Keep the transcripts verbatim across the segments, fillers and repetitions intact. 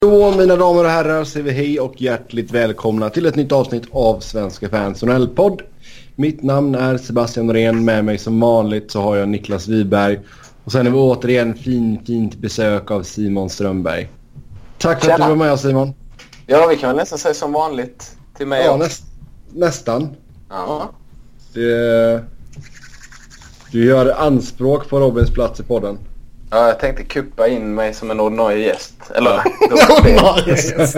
Då, mina damer och herrar, säger vi hej och hjärtligt välkomna till ett nytt avsnitt av Svenska Fans N L-podd. Mitt namn är Sebastian Norén, med mig som vanligt så har jag Niklas Wiberg. Och sen är vi återigen fin, fint besök av Simon Strömberg. Tack för Tjena. Att du var med oss, Simon. Ja, vi kan väl nästan säga som vanligt till mig. Ja, näst, nästan. Ja. Det, du gör anspråk på Robins plats i podden. Ja, jag tänkte kuppa in mig som en ordinarie gäst. Eller ordinarie gäst.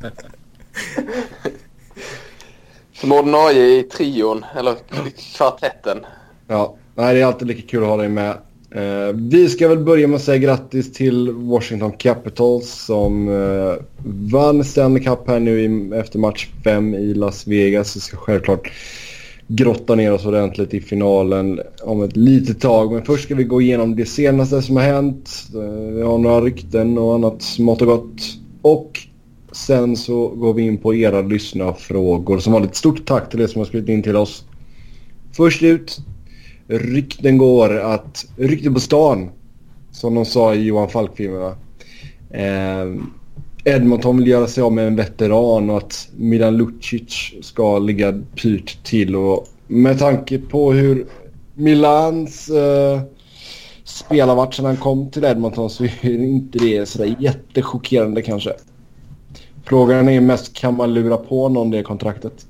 Som ordinarie i trion, eller kvartetten. Ja, nej, det är alltid lika kul att ha dig med. Uh, vi ska väl börja med att säga grattis till Washington Capitals som uh, vann Stanley Cup här nu i, efter match fem i Las Vegas. Vi ska självklart grotta ner oss ordentligt i finalen om ett litet tag. Men först ska vi gå igenom det senaste som har hänt. Uh, vi har några rykten och annat smått och gott. Och sen så går vi in på era lyssnarfrågor. Som var ett stort tack till er som har skrivit in till oss. Först ut. Rykten går att rykten på stan, som de sa i Johan Falk-filmerna, eh, Edmonton vill göra sig av med en veteran och att Milan Lucic ska ligga pyrt till. Och med tanke på hur Milans eh, spelarvart sedan han kom till Edmonton så är inte det sådär jättechockerande kanske. Frågan är mest, kan man lura på någon det kontraktet?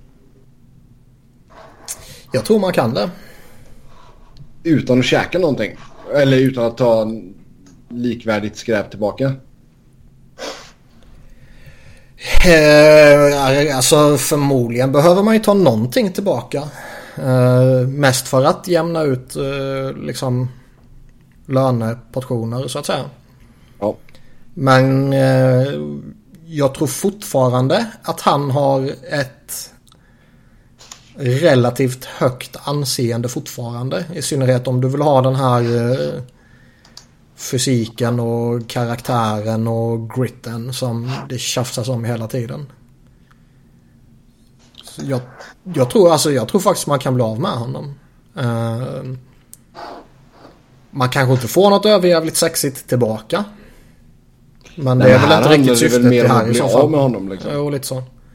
Jag tror man kan det. Utan att käka någonting? Eller utan att ta en likvärdigt skräp tillbaka? Eh, alltså förmodligen behöver man ju ta någonting tillbaka. Eh, mest för att jämna ut eh, liksom löneportioner så att säga. Ja. Men eh, jag tror fortfarande att han har ett relativt högt anseende fortfarande. I synnerhet om du vill ha den här eh, fysiken och karaktären och gritten som det tjafsas om hela tiden. Så jag, jag, tror, alltså, jag tror faktiskt man kan bli av med honom. Eh, man kanske inte får något överjävligt sexigt tillbaka. Men det är väl inte riktigt syftet det här i så fall. Med honom, liksom. Jo, lite så.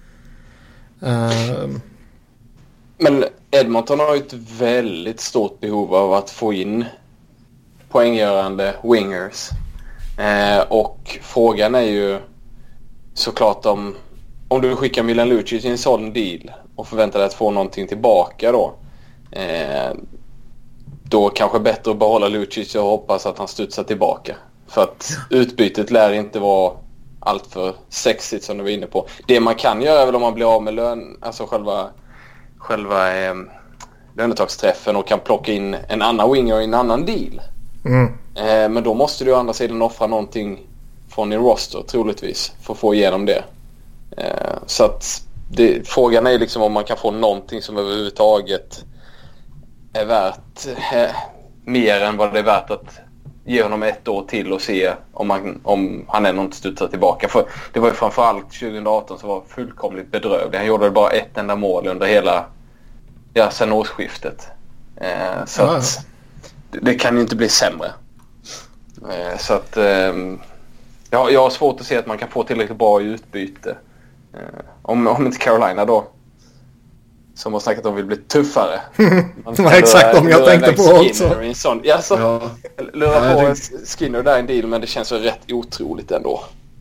Eh, Men Edmonton har ju ett väldigt stort behov av att få in poänggörande wingers. Eh, och frågan är ju såklart om, om du skickar Milan Lucic i en sån deal och förväntar dig att få någonting tillbaka då. Eh, då kanske bättre att behålla Lucic och hoppas att han studsar tillbaka. För att utbytet lär inte vara allt för sexigt som du var inne på. Det man kan göra är väl om man blir av med lön, alltså själva... själva eh, lönetagsträffen och kan plocka in en annan winger i en annan deal. Mm. Eh, men då måste du å andra sidan offra någonting från din roster troligtvis för att få igenom det. Eh, så att det, frågan är liksom om man kan få någonting som överhuvudtaget är värt eh, mer än vad det är värt att ge honom ett år till och se om, man, om han är något studsar tillbaka. För det var ju framförallt tjugo arton som var fullkomligt bedrövlig. Han gjorde bara ett enda mål under hela ja, sen årsskiftet. Eh, så ja, att det, det kan ju inte bli sämre. Eh, så att eh, jag, jag har svårt att se att man kan få tillräckligt bra utbyte. Eh, om, om inte Carolina då, som har snackat om vill bli tuffare. Ja, exakt om jag tänkte på också. En sån, ja, så, ja. Lura på Skinner där en deal, men det känns så rätt otroligt ändå.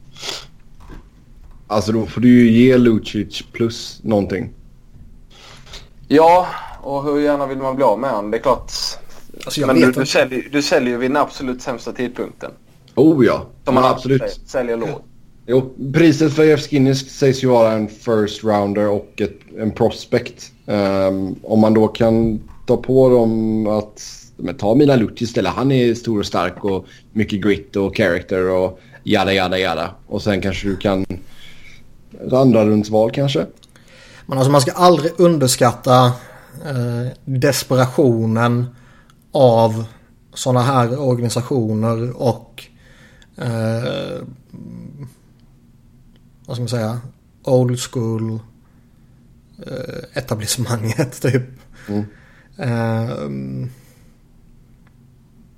Alltså då får du ju ge Lucic plus någonting. Ja, och hur gärna vill man bli av med honom? Det är klart. Alltså jag men du, du, säljer, du säljer ju vid den absolut sämsta tidpunkten. Oh ja, som man absolut säljer, säljer låg. Jo, priset för Jeff Skinner sägs ju vara en first rounder och ett, en prospect. Um, om man då kan ta på dem att men, ta Milan Lucic istället. Han är stor och stark och mycket grit och character och jada jada jada. Och sen kanske du kan ett andra rundsval kanske. Men alltså man ska aldrig underskatta eh, desperationen av såna här organisationer och eh, vad ska man säga, old school eh, etablissemanget typ. Mm. Eh,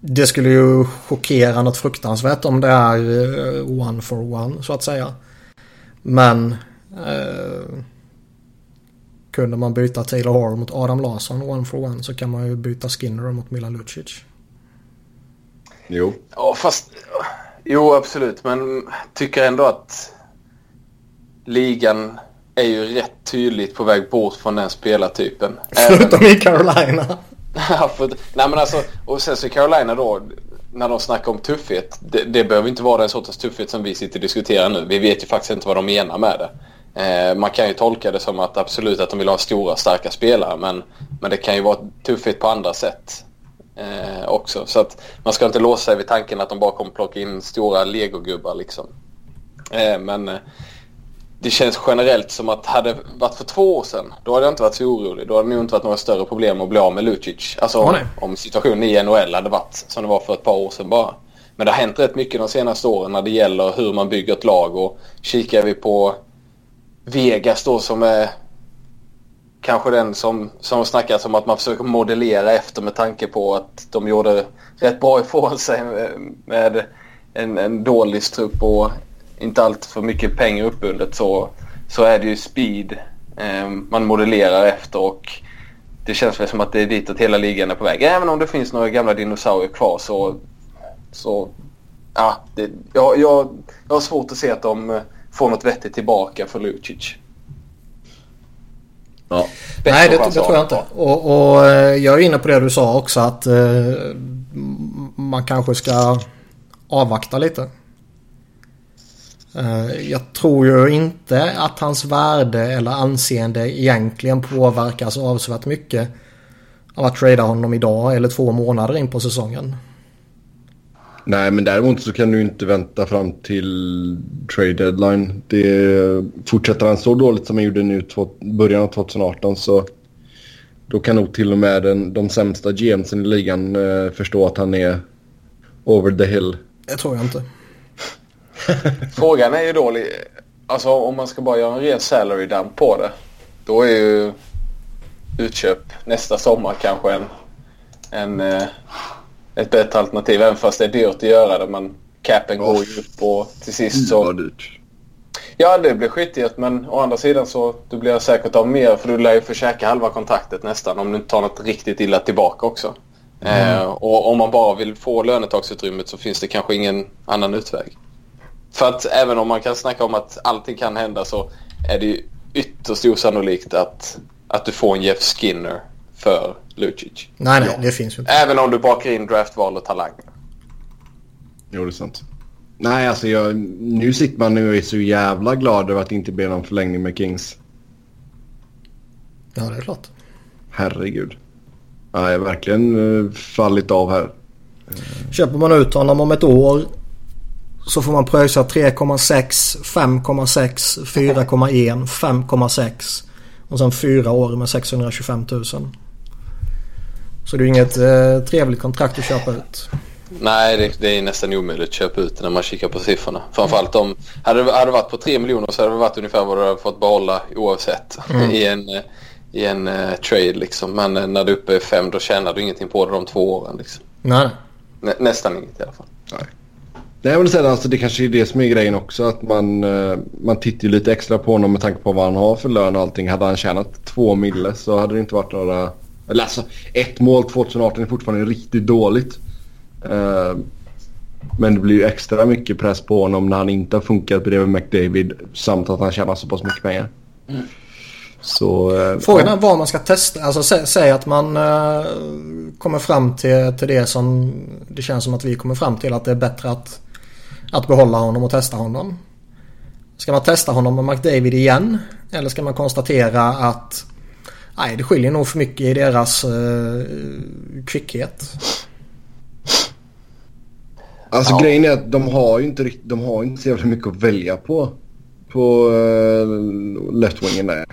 det skulle ju chockera något fruktansvärt om det är uh, one for one så att säga. Men uh, kunde man byta Taylor Hall mot Adam Larsson one for one så kan man ju byta Skinner mot Milan Lucic. Jo. Ja, fast... Jo, absolut. Men tycker ändå att ligan är ju rätt tydligt på väg bort från den spelartypen. Förutom i Carolina. för, nej, men alltså, och sen så i Carolina då, när de snackar om tuffhet, det, det behöver inte vara den sortens tuffhet som vi sitter och diskuterar nu. Vi vet ju faktiskt inte vad de menar med det. Eh, man kan ju tolka det som att absolut att de vill ha stora, starka spelare, men, men det kan ju vara tuffhet på andra sätt. Eh, också. Så att man ska inte låsa sig vid tanken att de bara kommer plocka in stora legogubbar liksom. Eh, men eh, det känns generellt som att hade det varit för två år sedan, då hade jag inte varit så orolig. Då hade det nog inte varit några större problem att bli av med Lucic. Alltså oh, om, om situationen i N H L hade varit som det var för ett par år sedan bara. Men det har hänt rätt mycket de senaste åren när det gäller hur man bygger ett lag. Och kikar vi på Vegas då, som är kanske den som, som snackas om att man försöker modellera efter med tanke på att de gjorde rätt bra ifrån sig med, med en, en dålig trupp och inte allt för mycket pengar uppbundet, så, så är det ju speed eh, man modellerar efter, och det känns väl som att det är dit att hela ligan är på väg. Även om det finns några gamla dinosaurier kvar så, så ja, det, jag, jag, jag har svårt att se att de får något vettigt tillbaka för Lucic. Ja. Nej, det, det tror jag inte. Och, och jag är inne på det du sa också, att eh, man kanske ska avvakta lite. Eh, jag tror ju inte att hans värde eller anseende egentligen påverkas avsevärt mycket av att trada honom idag eller två månader in på säsongen. Nej, men däremot så kan du inte vänta fram till trade deadline. Det fortsätter han så dåligt som han gjorde nu i början av tjugo arton, så då kan nog till och med den, de sämsta G M:sen i ligan eh, förstå att han är over the hill. Det tror jag inte. Frågan är ju då, alltså om man ska bara göra en ren salary dump på det, då är ju utköp nästa sommar kanske en, en eh, ett bättre alternativ, även fast det är dyrt att göra det. Men capen går ju upp och till sist så... Dyrt. Ja, det blir skitigt, men å andra sidan så du blir säkert av mer, för du lär ju försäkra halva kontraktet nästan om du inte tar något riktigt illa tillbaka också. Mm. Eh, och om man bara vill få lönetagsutrymmet så finns det kanske ingen annan utväg. För att även om man kan snacka om att allting kan hända, så är det ju ytterst osannolikt att, att du får en Jeff Skinner för Lucic. Nej, nej, ja. Det finns ju inte. Även om du bakar in draftval och talang. Jo, det är sant. Nej, alltså jag, nu sitter man nu och är så jävla glad över att det inte blir någon förlängning med Kings. Ja, det är klart. Herregud. Ja, jag har verkligen uh, fallit av här. Köper man ut honom om ett år så får man pröjsa tre komma sex, fem komma sex, fyra komma ett, fem komma sex och sen fyra år med sexhundratjugofem tusen. Så det är inget eh, trevligt kontrakt att köpa ut. Nej, det, det är nästan omöjligt att köpa ut när man kikar på siffrorna. Framförallt om hade det hade varit på tre miljoner så hade det varit ungefär vad du hade fått behålla oavsett mm. i en, i en uh, trade liksom. Men uh, när du är uppe i fem, då tjänar du ingenting på det de två åren liksom. Nej. Nä, nästan inget i alla fall. Nej. Det är väl så, alltså, det kanske är det som är grejen också, att man, uh, man tittar lite extra på honom med tanke på vad han har för lön och allting. Hade han tjänat två mille så hade det inte varit några... Eller alltså, ett mål tjugo arton är fortfarande riktigt dåligt. Uh, men det blir ju extra mycket press på honom när han inte har funkat bredvid McDavid, samt att han tjänar så pass mycket pengar. Mm. Så, uh, Frågan är vad man ska testa. Alltså sä, säg att man uh, kommer fram till, till det som det känns som att vi kommer fram till, att det är bättre att, att behålla honom och testa honom. Ska man testa honom med McDavid igen? Eller ska man konstatera att nej, det skiljer nog för mycket i deras uh, kvickhet? Alltså ja. Grejen är att de har ju inte de har inte så jävla mycket att välja på på uh, left-wingen där.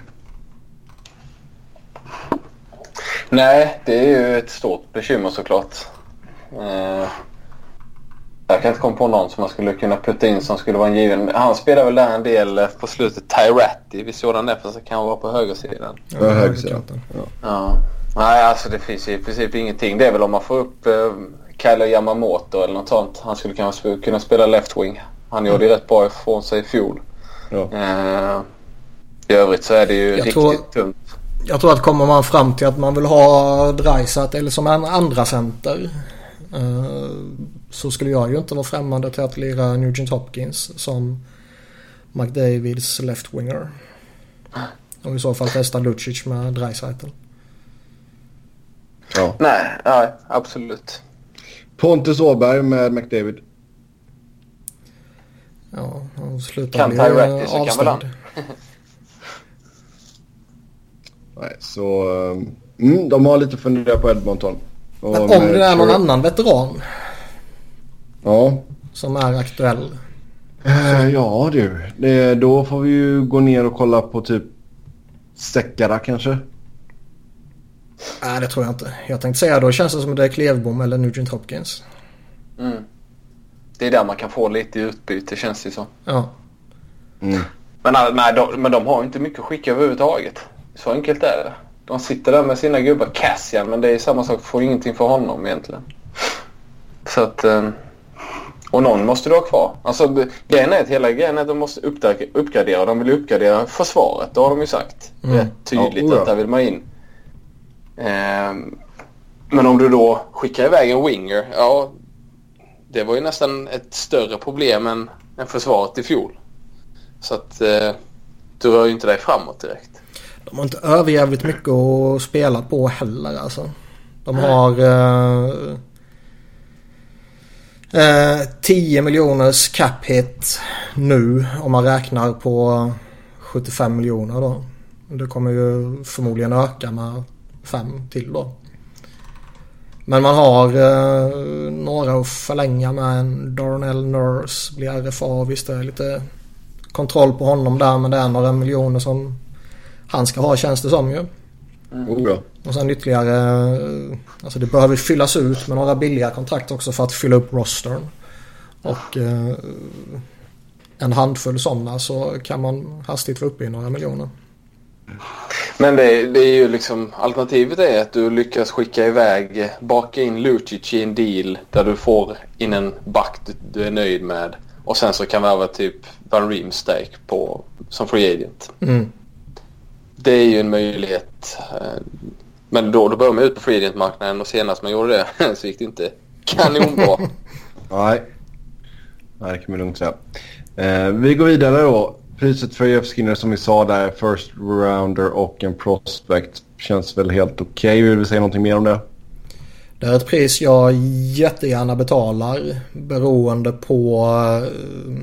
Nej, det är ju ett stort bekymmer såklart. Uh, jag kan inte komma på någon som man skulle kunna putta in som skulle vara en given. Han spelar väl där en del på slutet. Tyratti, vi såg den där, så kan han vara på högersidan. Ja, högersidan. Ja. Ja. Nej, alltså det finns i princip ingenting. Det är väl om man får upp uh, Kyler Yamamoto eller något sånt. Han skulle kanske kunna spela left wing. Han gjorde ju rätt bra ifrån sig i fjol. Ja. Uh, I övrigt så är det ju jag riktigt tror, tungt. Jag tror att kommer man fram till att man vill ha Draisaitl eller som en andra center uh, så skulle jag ju inte vara främmande till att lira Nugent Hopkins som McDavids left winger. Och i så fall testa Lucic med Draisaitl. Ja. Nej, nej, absolut. Pontus Åberg med McDavid. Ja, han slutar kan bli Tyrati så kan väl han. Nej, så mm, de har lite funderat på Edmonton. Och men om det är någon Char- annan veteran. Ja. Som är aktuell. Uh, ja du, det, då får vi ju gå ner och kolla på typ Säckara kanske. Nej, det tror jag inte. Jag tänkte säga då känns det som det är Klevbom eller Nugent Hopkins. Mm. Det är där man kan få lite utbyte, känns det så. Ja. Mm. Men, nej, de, men de har inte mycket att skicka överhuvudtaget. Så enkelt är det. De sitter där med sina gubbar Cassian, men det är samma sak, får ingenting för honom egentligen. Så att... Och någon måste du ha kvar. Alltså grejen är att hela grejen är att de måste uppgradera. De vill uppgradera försvaret, det har de ju sagt. Mm. Rätt tydligt ja, att där vill man in. Ehm, men om du då skickar iväg en winger, ja, det var ju nästan ett större problem än, än försvaret i fjol. Så att eh, du rör ju inte dig framåt direkt. De har inte överjävligt mycket att spela på heller alltså. De har eh, eh, tio miljoners cap hit nu om man räknar på sjuttiofem miljoner då. Det kommer ju förmodligen öka med fem till då. Men man har eh, några att förlänga med en Darnell Nurse blir R F A, visst det är lite kontroll på honom där, men det är några miljoner som han ska ha, känns det som ju. Mm. Oh, ja. Och sen ytterligare alltså det behöver fyllas ut med några billiga kontrakt också för att fylla upp rostern. Och eh, en handfull sådana så kan man hastigt få upp i några miljoner. Men det, det är ju liksom alternativet är att du lyckas skicka iväg, baka in Lucic i en deal där du får in en back du, du är nöjd med och sen så kan vi ha typ Van Riemsdijk på som free agent. Mm. Det är ju en möjlighet. Men då, då började man ut på free agent-marknaden och senast man gjorde det så gick det inte kanonbra. Nej. Nej, det kan man lugnt säga. Eh, vi går vidare då. Priset för Jeff Skinner som vi sa där, first rounder och en prospect, känns väl helt okej. Okay. Vill vi säga någonting mer om det? Det är ett pris jag jättegärna betalar beroende på uh,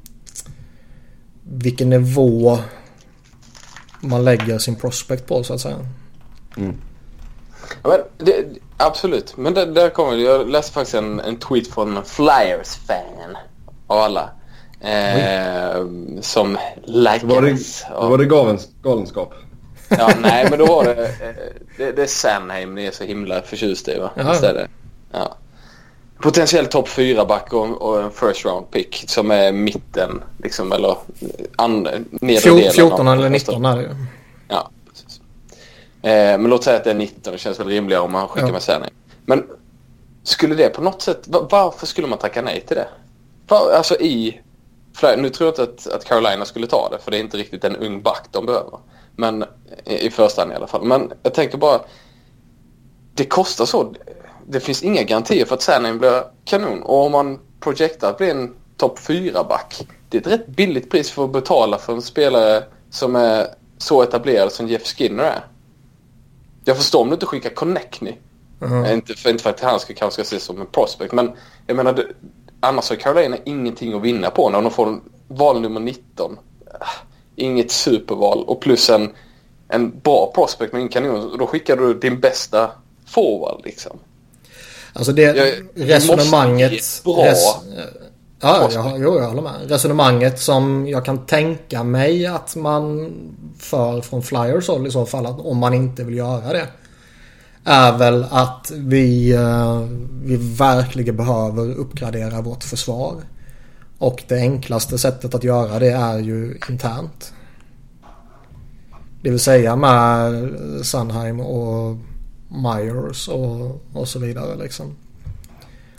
vilken nivå man lägger sin prospect på så att säga. Mm. Ja, men det, absolut, men det, där kommer jag läste faktiskt en, en tweet från Flyers-fan av alla. Eh, som likes. Var det, var det galens, galenskap? Ja, nej, men då var det det, det är Sanheim ni är så himla förtjust i, va? Istället. Ja. Potentiellt topp fyra back och, och en first round pick som är mitten liksom, eller an, nedre delen fjorton eller nitton är det ju. Ja, precis. Eh, men låt säga att det är nitton, det känns väl rimligare om man skickar ja. med Sanheim. Men skulle det på något sätt, var, varför skulle man tacka nej till det? Var, alltså i nu tror jag inte att, att Carolina skulle ta det, för det är inte riktigt en ung back de behöver. Men i, i första hand i alla fall. Men jag tänker bara, det kostar så. Det finns inga garantier för att Sanheim blir kanon. Och om man projektar att bli en topp fyra back, det är ett rätt billigt pris för att betala för en spelare som är så etablerad som Jeff Skinner är. Jag förstår om du inte skickar Konechny. Uh-huh. Inte, för, inte för att han ska, kanske ska ses som en prospect, men jag menar det, annars har Carolina ingenting att vinna på när de får val nummer nitton. Inget superval. Och plus en, en bra prospect med en kanon. Då skickar du din bästa forward liksom. Alltså det jag, resonemanget... Bra res, ja, jag, jo, jag håller med. Resonemanget som jag kan tänka mig att man för från Flyers håll i så fall, att om man inte vill göra det, är väl att vi, vi verkligen behöver uppgradera vårt försvar. Och det enklaste sättet att göra det är ju internt. Det vill säga med Sanheim och Myers och, och så vidare liksom.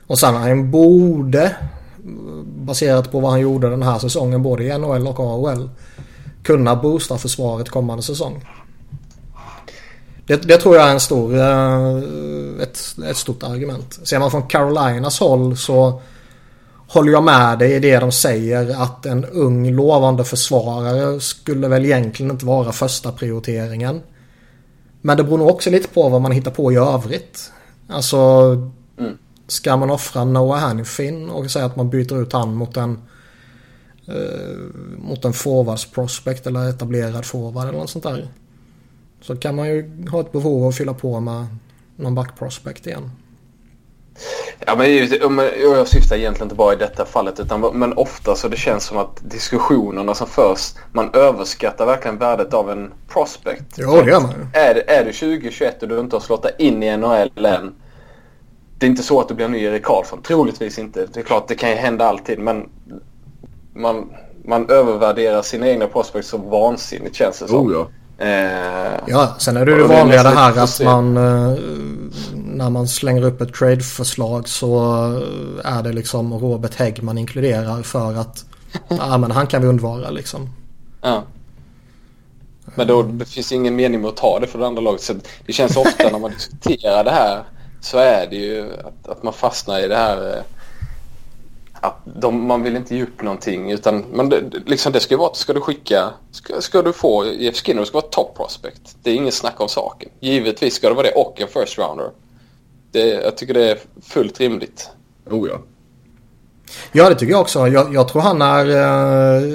Och sen han borde, baserat på vad han gjorde den här säsongen både i N H L och A H L, kunna boosta försvaret kommande säsong. Det, det tror jag är en stor, ett, ett stort argument. Ser man från Carolinas håll så håller jag med dig i det de säger, att en ung lovande försvarare skulle väl egentligen inte vara första prioriteringen. Men det beror nog också lite på vad man hittar på i övrigt. Alltså mm. ska man offra Noah Hanifin och säga att man byter ut han mot en eh, mot en forwards prospect eller etablerad forward eller något sånt där, så kan man ju ha ett behov av att fylla på med någon back prospect igen. Ja, men jag syftar egentligen inte bara i detta fallet, utan, men ofta så det känns som att diskussionerna som förs, man överskattar verkligen värdet av en prospect. Ja, det gör man. Är, är du tjugo tjugoett och du inte har slått in i N H L än, det är inte så att du blir ny Erik Karlsson. Troligtvis inte. Det är klart, det kan ju hända alltid, men man, man övervärderar sina egna prospects så vansinnigt, känns det som. Oh, ja. Eh, ja, sen är det ju vanliga det här att man eh, när man slänger upp ett trade-förslag så är det liksom Robert Hägg man inkluderar för att ja, men han kan vi undvara liksom. Ja. Men då det finns ingen mening med att ta det för det andra laget, så det känns ofta när man diskuterar det här så är det ju att, att man fastnar i det här att de, man vill inte ge upp någonting, utan man, det, liksom det ska ju vara att ska du skicka ska, ska du få Jeff Skinner, det ska vara top prospect, det är ingen snack om saken, givetvis ska det vara det, och en first rounder. Det, jag tycker det är fullt rimligt. Oh ja. Ja, det tycker jag också. Jag, jag tror han är eh,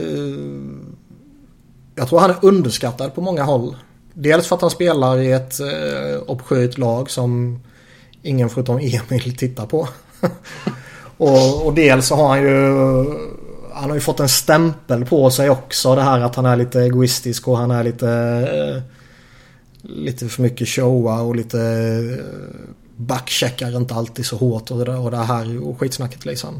jag tror han är underskattad på många håll. Dels för att han spelar i ett eh, uppskytt lag som ingen förutom Emil tittar på. och, och dels så har han ju han har ju fått en stämpel på sig också, det här att han är lite egoistisk och han är lite eh, lite för mycket showa och lite eh, backcheckar inte alltid så hårt och det, där, och det här och skitsnacket liksom.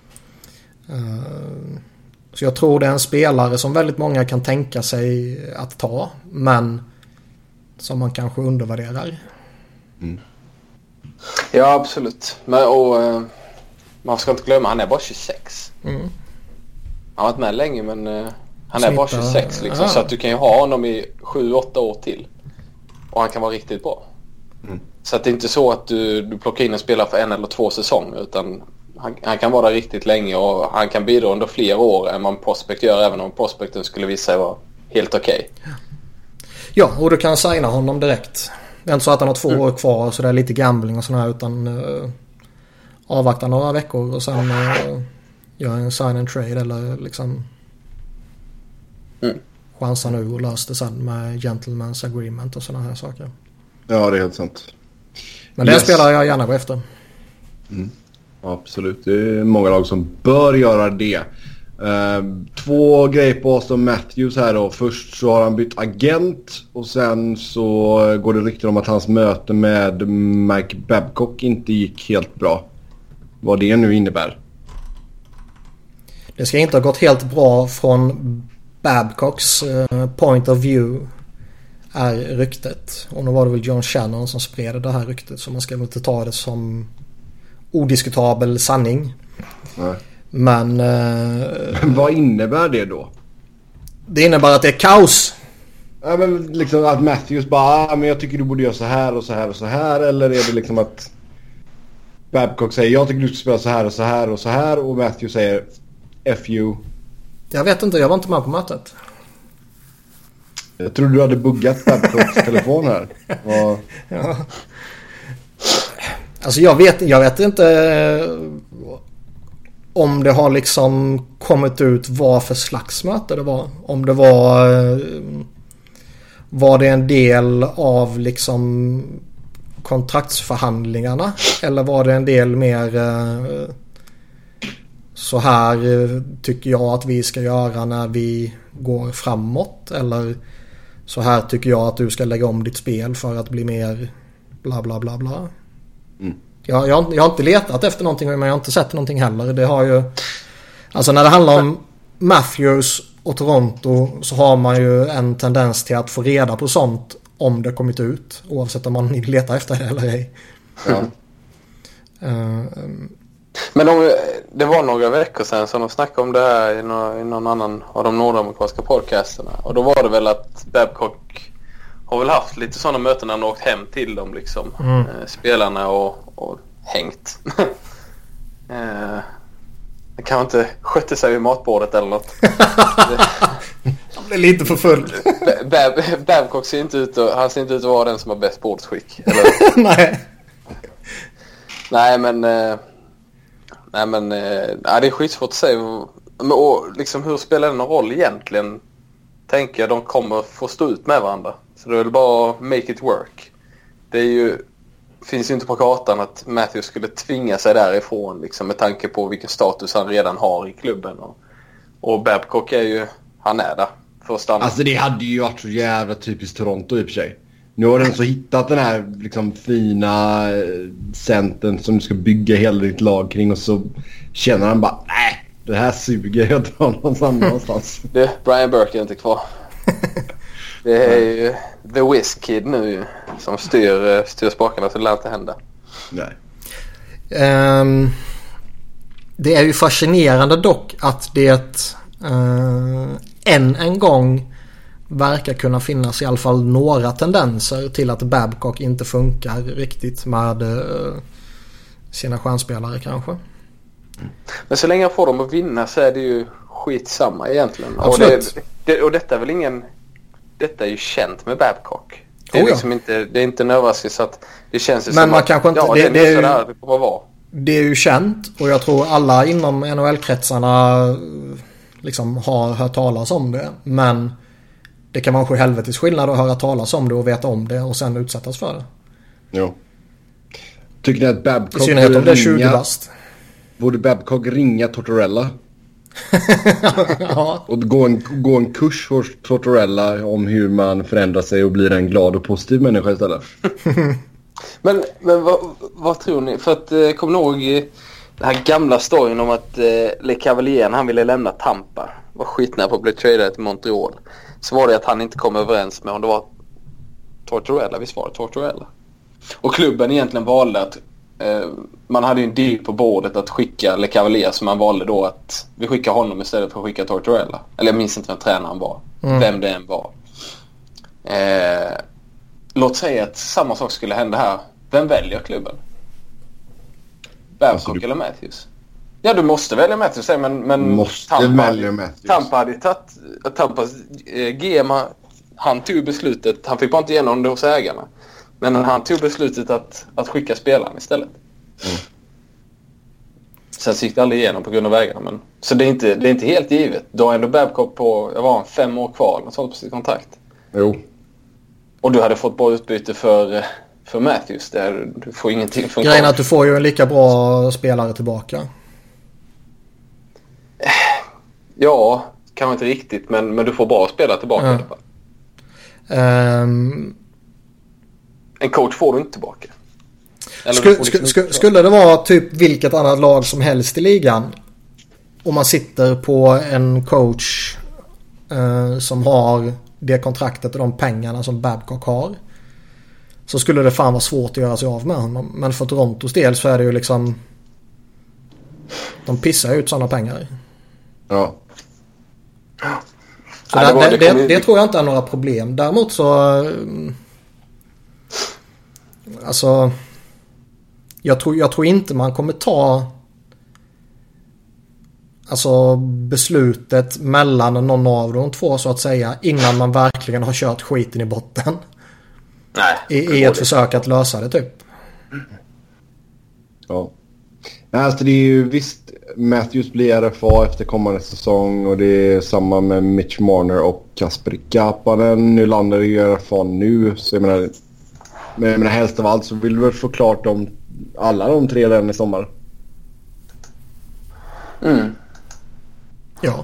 Uh, så jag tror det är en spelare som väldigt många kan tänka sig att ta, men som man kanske undervärderar. Mm. Ja, absolut. Men, och, uh, man ska inte glömma, han är bara tjugosex. Mm. Han har varit med länge, men uh, han Smitta, är bara tjugosex liksom, uh. så att du kan ju ha honom i sju åtta år till och han kan vara riktigt bra. Mm. Så att det är inte så att du, du plockar in en spelare för en eller två säsonger, utan han, han kan vara där riktigt länge och han kan bidra under fler år än man prospect gör, även om prospecten skulle visa sig vara helt okej. Okay. Ja, och du kan signa honom direkt. Det är inte så att han har två mm. år kvar så det är lite gambling och sådär, utan uh, avvakta några veckor och sen uh, göra en sign and trade eller liksom mm. chansa nu och lösa det sen med gentleman's agreement och sådana här saker. Ja, det är helt sant. Men det yes. spelar jag gärna på efter. Mm. Absolut, det är många lag som bör göra det. Uh, två grejer på Auston Matthews här då. Först så har han bytt agent och sen så går det rykten om att hans möte med Mike Babcock inte gick helt bra. Vad det nu innebär. Det ska inte ha gått helt bra från Babcocks uh, point of view är ryktet. Och nu var det väl John Shannon som spred det här ryktet, så man ska väl inte ta det som odiskutabel sanning. Nej. Men eh, vad innebär det då? Det innebär att det är kaos. Ja, men liksom att Matthews bara, ah, men jag tycker du borde göra så här och så här och så här, eller är det liksom att Babcock säger jag tycker du ska spela så här och så här och så här och Matthews säger F you. Jag vet inte, jag var inte med på mötet. Jag tror du hade buggat Babcocks telefon här. Och... ja. Alltså jag vet, jag vet inte om det har liksom kommit ut vad för slags möte det var. Om det var var det en del av liksom kontraktsförhandlingarna eller var det en del mer så här tycker jag att vi ska göra när vi går framåt, eller så här tycker jag att du ska lägga om ditt spel för att bli mer bla bla bla bla. Mm. Jag, jag, jag har inte letat efter någonting, men jag har inte sett någonting heller. Det har ju, alltså när det handlar om Matthews och Toronto så har man ju en tendens till att få reda på sånt om det kommit ut, oavsett om man letar efter det eller ej. Ja. Uh, Men de, det var några veckor sedan som de snackade om det här i någon, i någon annan av de nordamerikanska podcasterna. Och då var det väl att Babcock har väl haft lite sådana möten när han åkt hem till dem liksom. Mm. Eh, spelarna och, och hängt. eh, det kan inte skötte sig vid matbordet eller något. Han blev lite för full. Bab, Babcock ser inte ut att, han ser inte ut att vara den som har bäst bordsskick. Eller? Nej. Nej men eh, Nej men eh, det är skitsvårt att säga. Men, och, liksom, hur spelar det någon roll egentligen? Tänker jag de kommer få stå ut med varandra. Så det är väl bara make it work. Det är ju, finns ju inte på kartan att Matthews skulle tvinga sig därifrån liksom, med tanke på vilken status han redan har i klubben. Och, och Babcock är ju, han är där för att stanna. Alltså det hade ju varit så jävla typiskt Toronto i och för sig. Nu har den så hittat den här liksom fina centern som du ska bygga hela ditt lag kring, och så känner han bara, nej, det här suger, jag drar någonstans annanstans. Det, Brian Burke är inte kvar. Det är ju The Whiz Kid nu som styr, styr spakarna, så det lär inte hända. Nej. Um, det är ju fascinerande dock att det uh, än en gång verkar kunna finnas i alla fall några tendenser till att Babcock inte funkar riktigt med uh, sina stjärnspelare kanske. Men så länge jag får dem att vinna så är det ju skitsamma egentligen. Och, det, det, och detta är väl ingen... Detta är ju känt med Babcock. Det är oh ja. liksom inte, det är inte en överraskning att det känns ju men som man att kanske inte, ja, det, det, det, är är ju, där det kommer att vara. Det är ju känt, och jag tror alla inom N H L-kretsarna liksom har hört talas om det. Men det kan vara en helvetes skillnad att höra talas om det och veta om det och sen utsättas för det. Jo. Tycker ni att Babcock i synnerhet om det är tjugo bast. Borde Babcock ringa Tortorella? Ja. Och gå en, gå en kurs hos Tortorella om hur man förändrar sig och blir en glad och positiv människa istället. men men vad, vad tror ni? För att eh, kom ihåg eh, den här gamla storyn om att eh, Le Cavalier, han ville lämna Tampa. Var skitnära på att bli tradad till Montreal. Så var det att han inte kom överens med om det var Tortorella, visst var det Tortorella. Och klubben egentligen valde att eh, man hade ju en deal på bordet att skicka Le Cavalier, så man valde då att vi skickar honom istället för att skicka Tortorella. Eller jag minns inte vem tränaren var. Mm. Vem det än var. Eh, låt säga att samma sak skulle hända här. Vem väljer klubben? Babcock alltså, du... eller Matthews? Ja, du måste välja Matthews, men, men måste Tampa, välja Matthews. Tampa hade tagit Tampas eh, G M, han tog beslutet, han fick bara inte igenom det hos ägarna. Men han tog beslutet att, att skicka spelaren istället. Mm. Sen gick det aldrig igenom på grund av ägarna. Men, så det är, inte, det är inte helt givet. Då har ändå Babcock på, jag var fem år kvar och sånt på sitt kontrakt. Jo. Och du hade fått bra utbyte för, för Matthews. Där du får ingenting från. Grejen är att du får ju en lika bra spelare tillbaka. Ja, kanske inte riktigt. Men, men du får bra spelare tillbaka ja. i alla fall. Um... En coach får du inte tillbaka. Sku, liksom sk, sk, skulle det vara typ vilket annat lag som helst i ligan, om man sitter på en coach eh, som har det kontraktet och de pengarna som Babcock har, så skulle det fan vara svårt att göra sig av med honom. Men för Torontos del så är det ju liksom, de pissar ut sådana pengar. Ja. Så ja, det, det, det, det, det tror jag inte är några problem. Däremot så alltså jag tror, jag tror inte man kommer ta alltså beslutet mellan någon av de två så att säga innan man verkligen har kört skiten i botten. Nej, I, i ett försök att lösa det typ. Ja. Alltså det är ju visst, Matthews blir R F A efter kommande säsong och det är samma med Mitch Marner och Kasper Kapanen. Nu landar i R F A nu, så jag menar, men jag menar helst av allt så vill du väl få klart om alla de tre redan i sommar. Mm. Ja.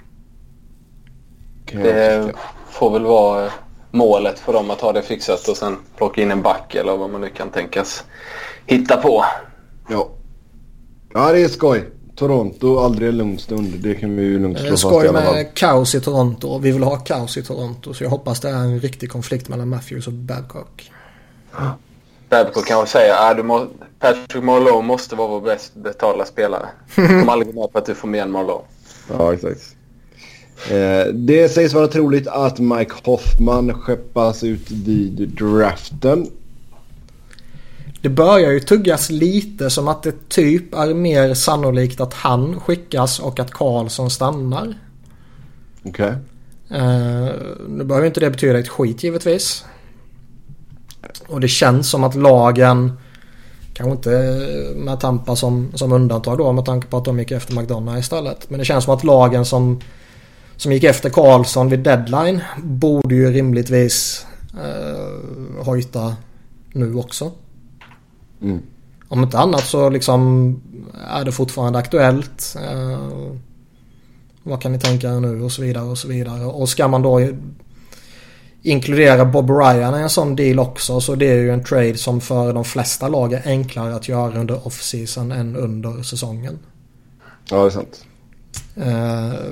Det får väl vara målet för dem att ha det fixat och sen plocka in en back eller vad man nu kan tänkas hitta på. Ja. Ja, det är skoj. Toronto, aldrig en lugn stund. Det kan vi ju lugnt slå fast skoj i alla fall. Med kaos i Toronto. Vi vill ha kaos i Toronto. Så jag hoppas det är en riktig konflikt mellan Matthews och Babcock. Babcock kan säga att du må, Patrick Marleau måste vara vår bäst betalda spelare. Kom aldrig med på att du får med en Marleau. Ja, exakt. Eh, det sägs vara troligt att Mike Hoffman skeppas ut vid draften. Det börjar ju tuggas lite som att det typ är mer sannolikt att han skickas och att Karlsson stannar. Okej. Okay. Eh, nu behöver inte det betyda ett skit givetvis. Och det känns som att lagen, kanske inte med Tampa som, som undantag då med tanke på att de gick efter McDonough istället. Men det känns som att lagen som, som gick efter Karlsson vid deadline borde ju rimligtvis eh, hojta nu också. Mm. Om inte annat så liksom är det fortfarande aktuellt. Eh, vad kan ni tänka nu och så vidare och så vidare. Och ska man då inkludera Bob Ryan i en sån deal också, så det är ju en trade som för de flesta lag är enklare att göra under off-season än under säsongen. Ja, det är sant. Eh,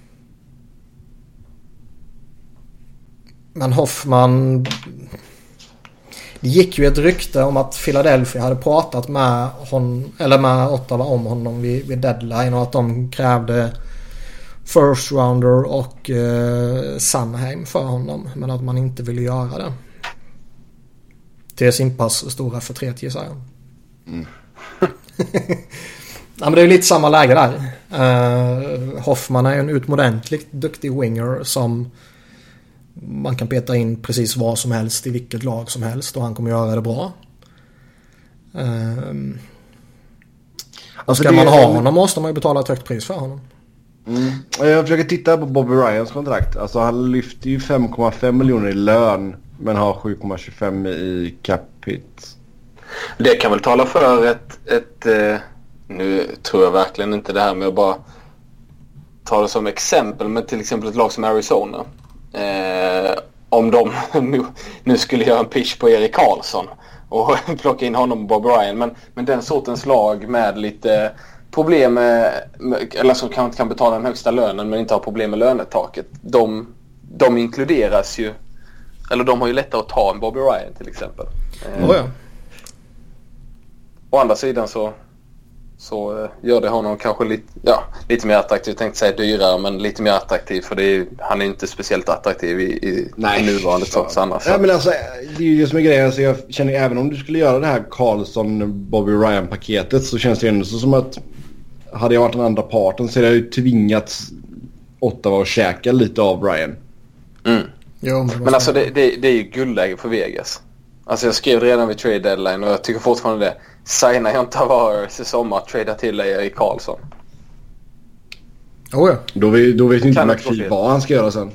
men Hoffman, det gick ju ett rykte om att Philadelphia hade pratat med hon, eller med Ottawa om honom vid, vid deadline och att de krävde first rounder och eh, Sanheim för honom, men att man inte ville göra det. Till sin pass stora förtret, gissar jag. Mm. Ja, men det är ju lite samma läge där. Uh, Hoffman är ju en utomordentligt duktig winger som man kan peta in precis vad som helst i vilket lag som helst och han kommer göra det bra. Uh, alltså ska det... man ha honom måste man ju betala ett högt pris för honom. Mm. Jag försöker titta på Bobby Ryans kontrakt. Alltså han lyfter ju fem komma fem miljoner i lön men har sju komma tjugofem i cap hit. Det kan väl tala för ett, ett eh, nu tror jag verkligen inte det här med att bara ta det som exempel, men till exempel ett lag som Arizona. Eh, om de nu, nu skulle göra en pitch på Erik Karlsson och plocka in honom och Bob Ryan, men, men den sortens lag med lite problem med, eller som kan, kan betala den högsta lönen men inte har problem med lönetaket, de, de inkluderas ju, eller de har ju lättare att ta en Bobby Ryan till exempel. Oh ja. Å andra sidan så så gör det honom kanske lite, ja, lite mer attraktiv, jag tänkte säga dyrare, men lite mer attraktiv, för det är, han är inte speciellt attraktiv i, i, i nuvarande trots annars. Ja, men alltså, det är ju det som är grejen. Alltså, jag känner även om du skulle göra det här Karlsson-Bobby Ryan-paketet så känns det ändå så som att hade jag varit den andra parten så hade jag ju tvingats Ottawa att käka lite av Ryan. Mm. Jo, men men alltså det, det, det är ju guldläge för Vegas. Alltså jag skrev redan vid trade deadline och jag tycker fortfarande det. Signa John Tavares i sommar, trada till Erik Karlsson. Oh ja. Då, vi, då vet inte McPhee vad han ska göra sen.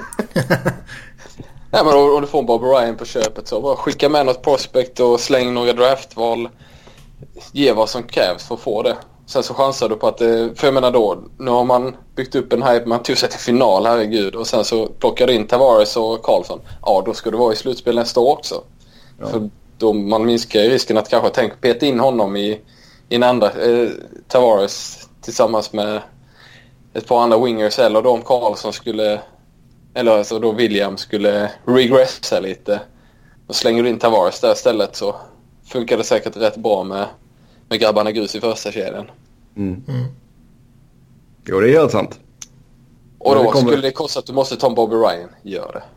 Nej, men om du får en Bob Ryan på köpet så bara skicka med något prospect och släng några draftval. Ge vad som krävs för att få det. Sen så chansar du på att det, för jag menar då, nu har man byggt upp en hype, man tog sig till final, herregud, och sen så plockar du in Tavares och Karlsson. Ja, då ska du vara i slutspel nästa år också. Ja. För då man minskar risken att kanske tänka peta in honom i, i en andra eh, Tavares tillsammans med ett par andra wingers, eller då om Karlsson skulle, eller alltså då William skulle regressa lite, och slänger du in Tavares där istället, så funkar det säkert rätt bra med, med grabbarna grus i första kedjan. Mm. Mm. Jo, det är helt sant. Och då det kommer... skulle det kosta att du måste ta en Bobby Ryan, gör det.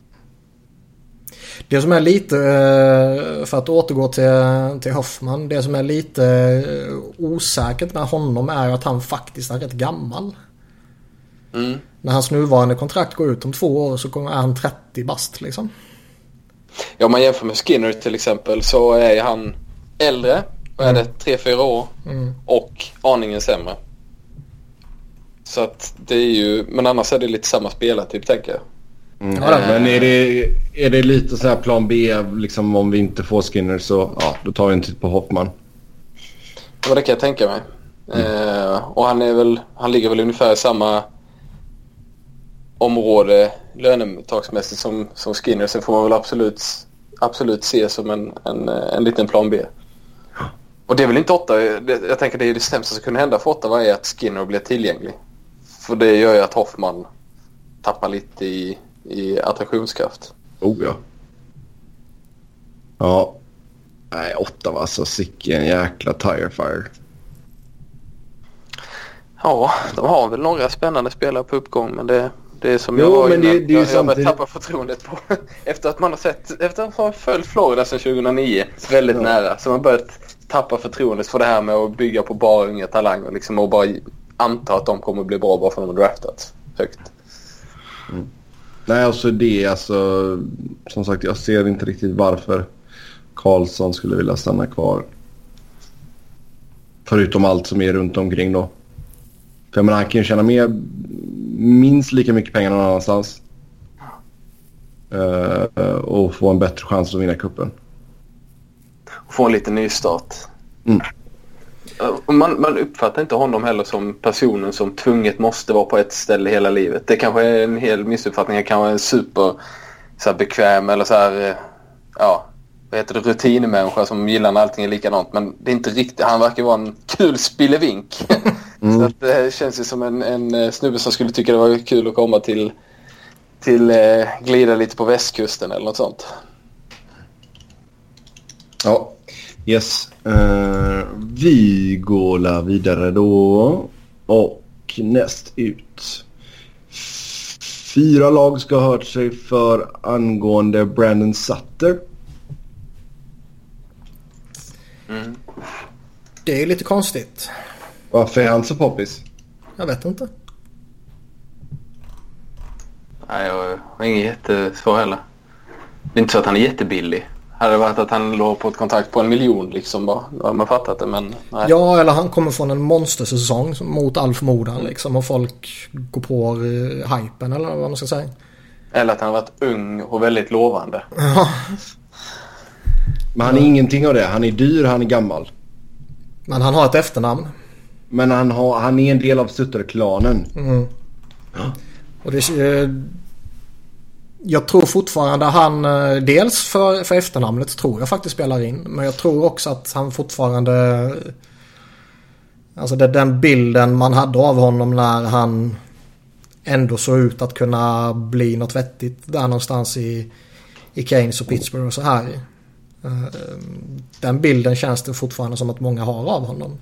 Det som är lite, för att återgå till, till Hoffman, det som är lite osäkert med honom är att han faktiskt är rätt gammal. Mm. När hans nuvarande kontrakt går ut om två år så är han trettio bast liksom. Ja, om man jämför med Skinner till exempel så är han äldre, vad är det, tre fyra år mm. och aningen sämre. Så att det är ju, men annars är det lite samma spelartyp, tänker jag. Mm. Ja, men är det, är det lite så här plan B liksom, om vi inte får Skinner så ja, då tar vi en titt på Hoffman. Ja, det kan jag tänka mig. Mm. Eh, och han är väl, han ligger väl ungefär i samma område lönetagsmässigt som, som Skinner, så får man väl absolut absolut se som en, en, en liten plan B. Och det är väl inte åtta, jag tänker det är det sämsta som kunde hända för åtta är att Skinner blir tillgänglig. För det gör ju att Hoffman tappar lite i, i attraktionskraft. Oh ja. Ja. Nej, Ottawa alltså. Sicken jäkla tire fire. Ja, de har väl några spännande spelare på uppgång, men det, det är som jo, jag var men innan. det, det är jag, samtidigt... jag tappar förtroendet på efter att man har sett, efter att ha följt Florida sedan tjugohundranio väldigt ja. nära, så man börjat tappa förtroendet för det här med att bygga på bara unga talanger liksom, och bara anta att de kommer bli bra bara för att de har draftat högt. Mm. Nej, alltså det alltså, som sagt, jag ser inte riktigt varför Karlsson skulle vilja stanna kvar. Förutom allt som är runt omkring då. För man kan ju tjäna mer, minst lika mycket pengar någon annanstans. Uh, och få en bättre chans att vinna kuppen. Och få en liten ny start. Mm. Man, man uppfattar inte honom heller som personen som tvunget måste vara på ett ställe hela livet. Det kanske är en hel missuppfattning. Han kan vara en super så här, bekväm eller så här, ja, vad heter det, rutinmänniska som gillar när allting är likadant. Men det är inte riktigt. Han verkar vara en kul spillevink. Mm. Så att det känns ju som en, en snubbe som skulle tycka det var kul att komma till, till eh, glida lite på västkusten eller något sånt. Ja, yes. Uh, vi går vidare då. Och näst ut. Fyra lag ska ha hört sig för angående Brandon Sutter. Mm. Det är lite konstigt. Varför är han så poppis? Jag vet inte. Nej, jag har ingen jättesvar heller. Det är inte så att han är jättebillig. Hade det varit att han låg på ett kontrakt på en miljon liksom bara. Då har man fattat det, men nej. Ja, eller han kommer från en monstersäsong mot all förmodan liksom. Och folk går på uh, hypen eller vad man ska säga. Eller att han har varit ung och väldigt lovande. Ja. Men han är ingenting av det. Han är dyr, han är gammal. Men han har ett efternamn. Men han, har, han är en del av Sutter-klanen. Mm. Ja. Och det, eh, jag tror fortfarande han, eh, dels för, för efternamnet tror jag faktiskt spelar in. Men jag tror också att han fortfarande, alltså det, den bilden man hade av honom när han ändå såg ut att kunna bli något vettigt där någonstans i, i Keynes och Pittsburgh och så här. Eh, den bilden känns det fortfarande som att många har av honom.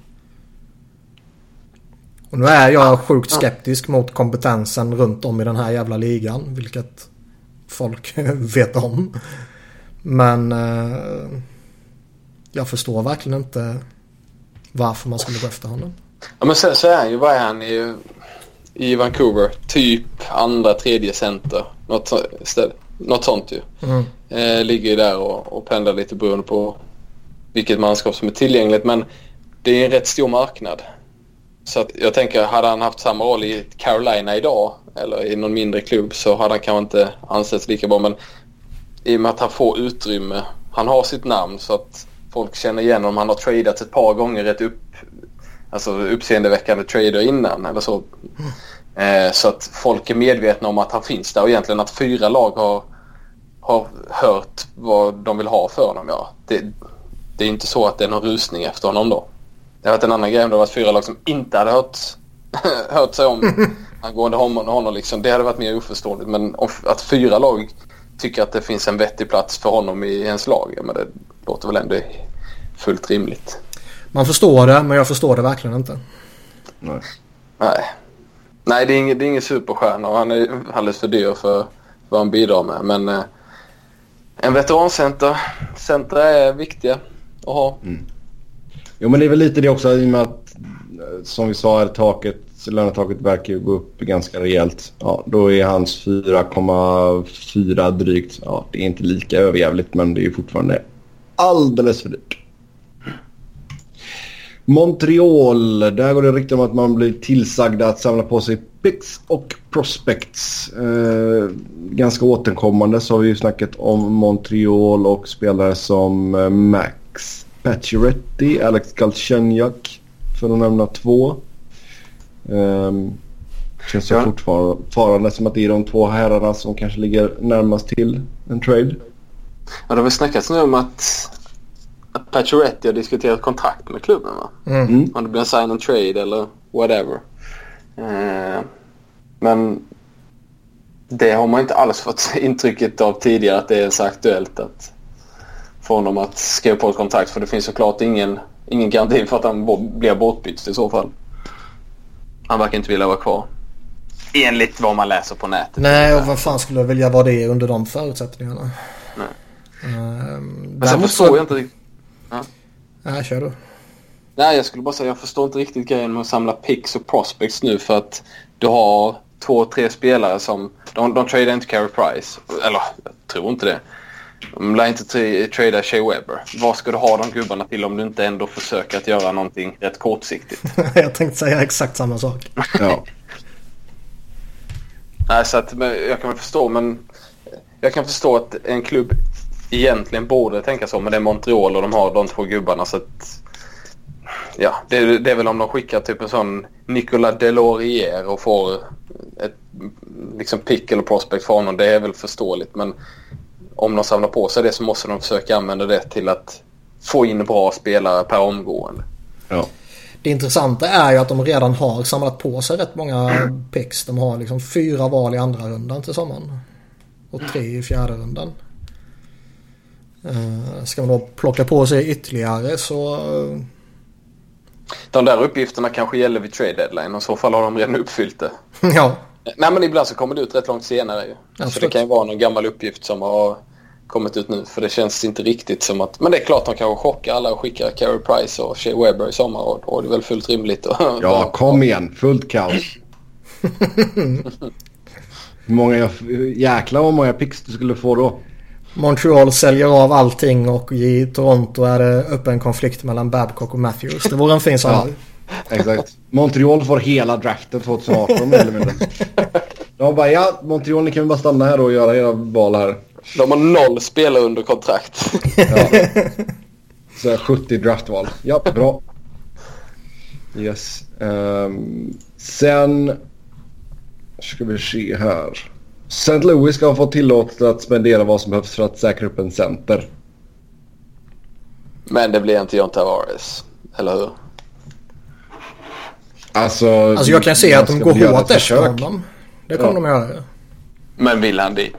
Och nu är jag sjukt skeptisk mot kompetensen runt om i den här jävla ligan. Vilket folk vet om. Men eh, jag förstår verkligen inte varför man skulle gå efter honom. Ja, men så, så är han ju, vad är han i, i Vancouver? Typ andra, tredje center. Något, något sånt ju. Mm. Eh, ligger ju där och, och pendlar lite beroende på vilket manskap som är tillgängligt. Men det är en rätt stor marknad. Så att jag tänker, hade han haft samma roll i Carolina idag eller i någon mindre klubb så hade han kanske inte ansetts lika bra. Men i och med att han får utrymme, han har sitt namn så att folk känner igen honom. Han har tradats ett par gånger rätt upp, alltså uppseendeväckande trader innan eller så. Eh, så att folk är medvetna om att han finns där och egentligen att fyra lag har, har hört vad de vill ha för honom. Ja. Det, det är inte så att det är någon rusning efter honom då. Det har varit en annan grej om det var fyra lag som inte hade hört, hört sig om angående honom, honom liksom. Det hade varit mer oförståeligt. Men om, att fyra lag tycker att det finns en vettig plats för honom i ens lag, ja, men det låter väl ändå fullt rimligt. Man förstår det, men jag förstår det verkligen inte. Nej. Nej, Nej det är ingen, det är ingen superstjärna och han är alldeles för dyr för vad han bidrar med. Men eh, en veterancenter center är viktiga att ha. Mm. Jo, men det är väl lite det också i och med att, som vi sa här, taket, lönetaket verkar ju gå upp ganska rejält. Ja, då är hans fyra komma fyra drygt. Ja, det är inte lika överjävligt, men det är fortfarande alldeles för dyrt. Montreal, där går det riktigt om att man blir tillsagda att samla på sig picks och prospects. Eh, ganska återkommande så har vi ju snackat om Montreal och spelare som eh, Max Pacioretty, Alex Galchenyuk för att nämna två. Um, känns ja. fortfarande som att det är de två herrarna som kanske ligger närmast till en trade. Ja, det har väl snackats nu om att, att Pacioretty har diskuterat kontrakt med klubben, va? Mm. Om det blir en sign and trade eller whatever. Uh, men det har man inte alls fått intrycket av tidigare att det är så aktuellt att få honom att skriva på ett kontrakt, för det finns såklart ingen, ingen garanti för att han bo- blir bortbytt i så fall. Han verkar inte vilja vara kvar. Enligt vad man läser på nätet. Nej, och vad fan skulle jag vilja vara det under de förutsättningarna? Nej. Um, Men sen förstår så... jag inte riktigt. Ja. Nej, kör du. Nej, jag skulle bara säga jag förstår inte riktigt grejen med att samla picks och prospects nu, för att du har två, tre spelare som de, de tradar inte Carey Price. Eller, jag tror inte det. De lär inte t- trada Shea Weber. Vad ska du ha de gubbarna till om du inte ändå försöker att göra någonting rätt kortsiktigt? Jag tänkte säga exakt samma sak. Ja. Nej, så att, jag kan väl förstå, men jag kan förstå att en klubb egentligen borde tänka så, men det är Montreal och de har de två gubbarna, så att ja, det, det är väl om de skickar typ en sån Nicolas Delorier och får ett liksom pick eller prospect för honom, det är väl förståeligt, men om de samlar på sig det så måste de försöka använda det till att få in bra spelare per omgående. Ja. Det intressanta är ju att de redan har samlat på sig rätt många picks. De har liksom fyra val i andra rundan till sommaren. Och tre i fjärde rundan. Uh, ska man då plocka på sig ytterligare så... Uh... De där uppgifterna kanske gäller vid trade deadline, och i så fall har de redan uppfyllt det. Ja. Nej, men ibland så kommer det ut rätt långt senare ju. Ja, så det kan ju vara någon gammal uppgift som har kommit ut nu, för det känns inte riktigt som att... Men det är klart de kanske chockar alla och skickar Carey Price och Shea Weber i sommar, och då är det väl fullt rimligt. Och ja, kom igen. Fullt kaos. Hur många... Jäklar vad många picks du skulle få då. Montreal säljer av allting och i Toronto är det öppen konflikt mellan Babcock och Matthews. Det vore en fin sommar. Ja, exakt. Montreal får hela draften tjugo arton eller mindre. De bara, ja, Montreal, ni kan ju bara stanna här och göra era val här. De har noll spelare under kontrakt. Ja. Så sjuttio draftval. Ja, bra. Yes. Um, sen ska vi se här. Saint Louis ska ha fått tillåtet att spendera vad som behövs för att säkra upp en center. Men det blir inte John Tavares, eller hur? Alltså, alltså jag kan se att de går hårt efter honom. Det kommer ja. de göra. Men vill han dit?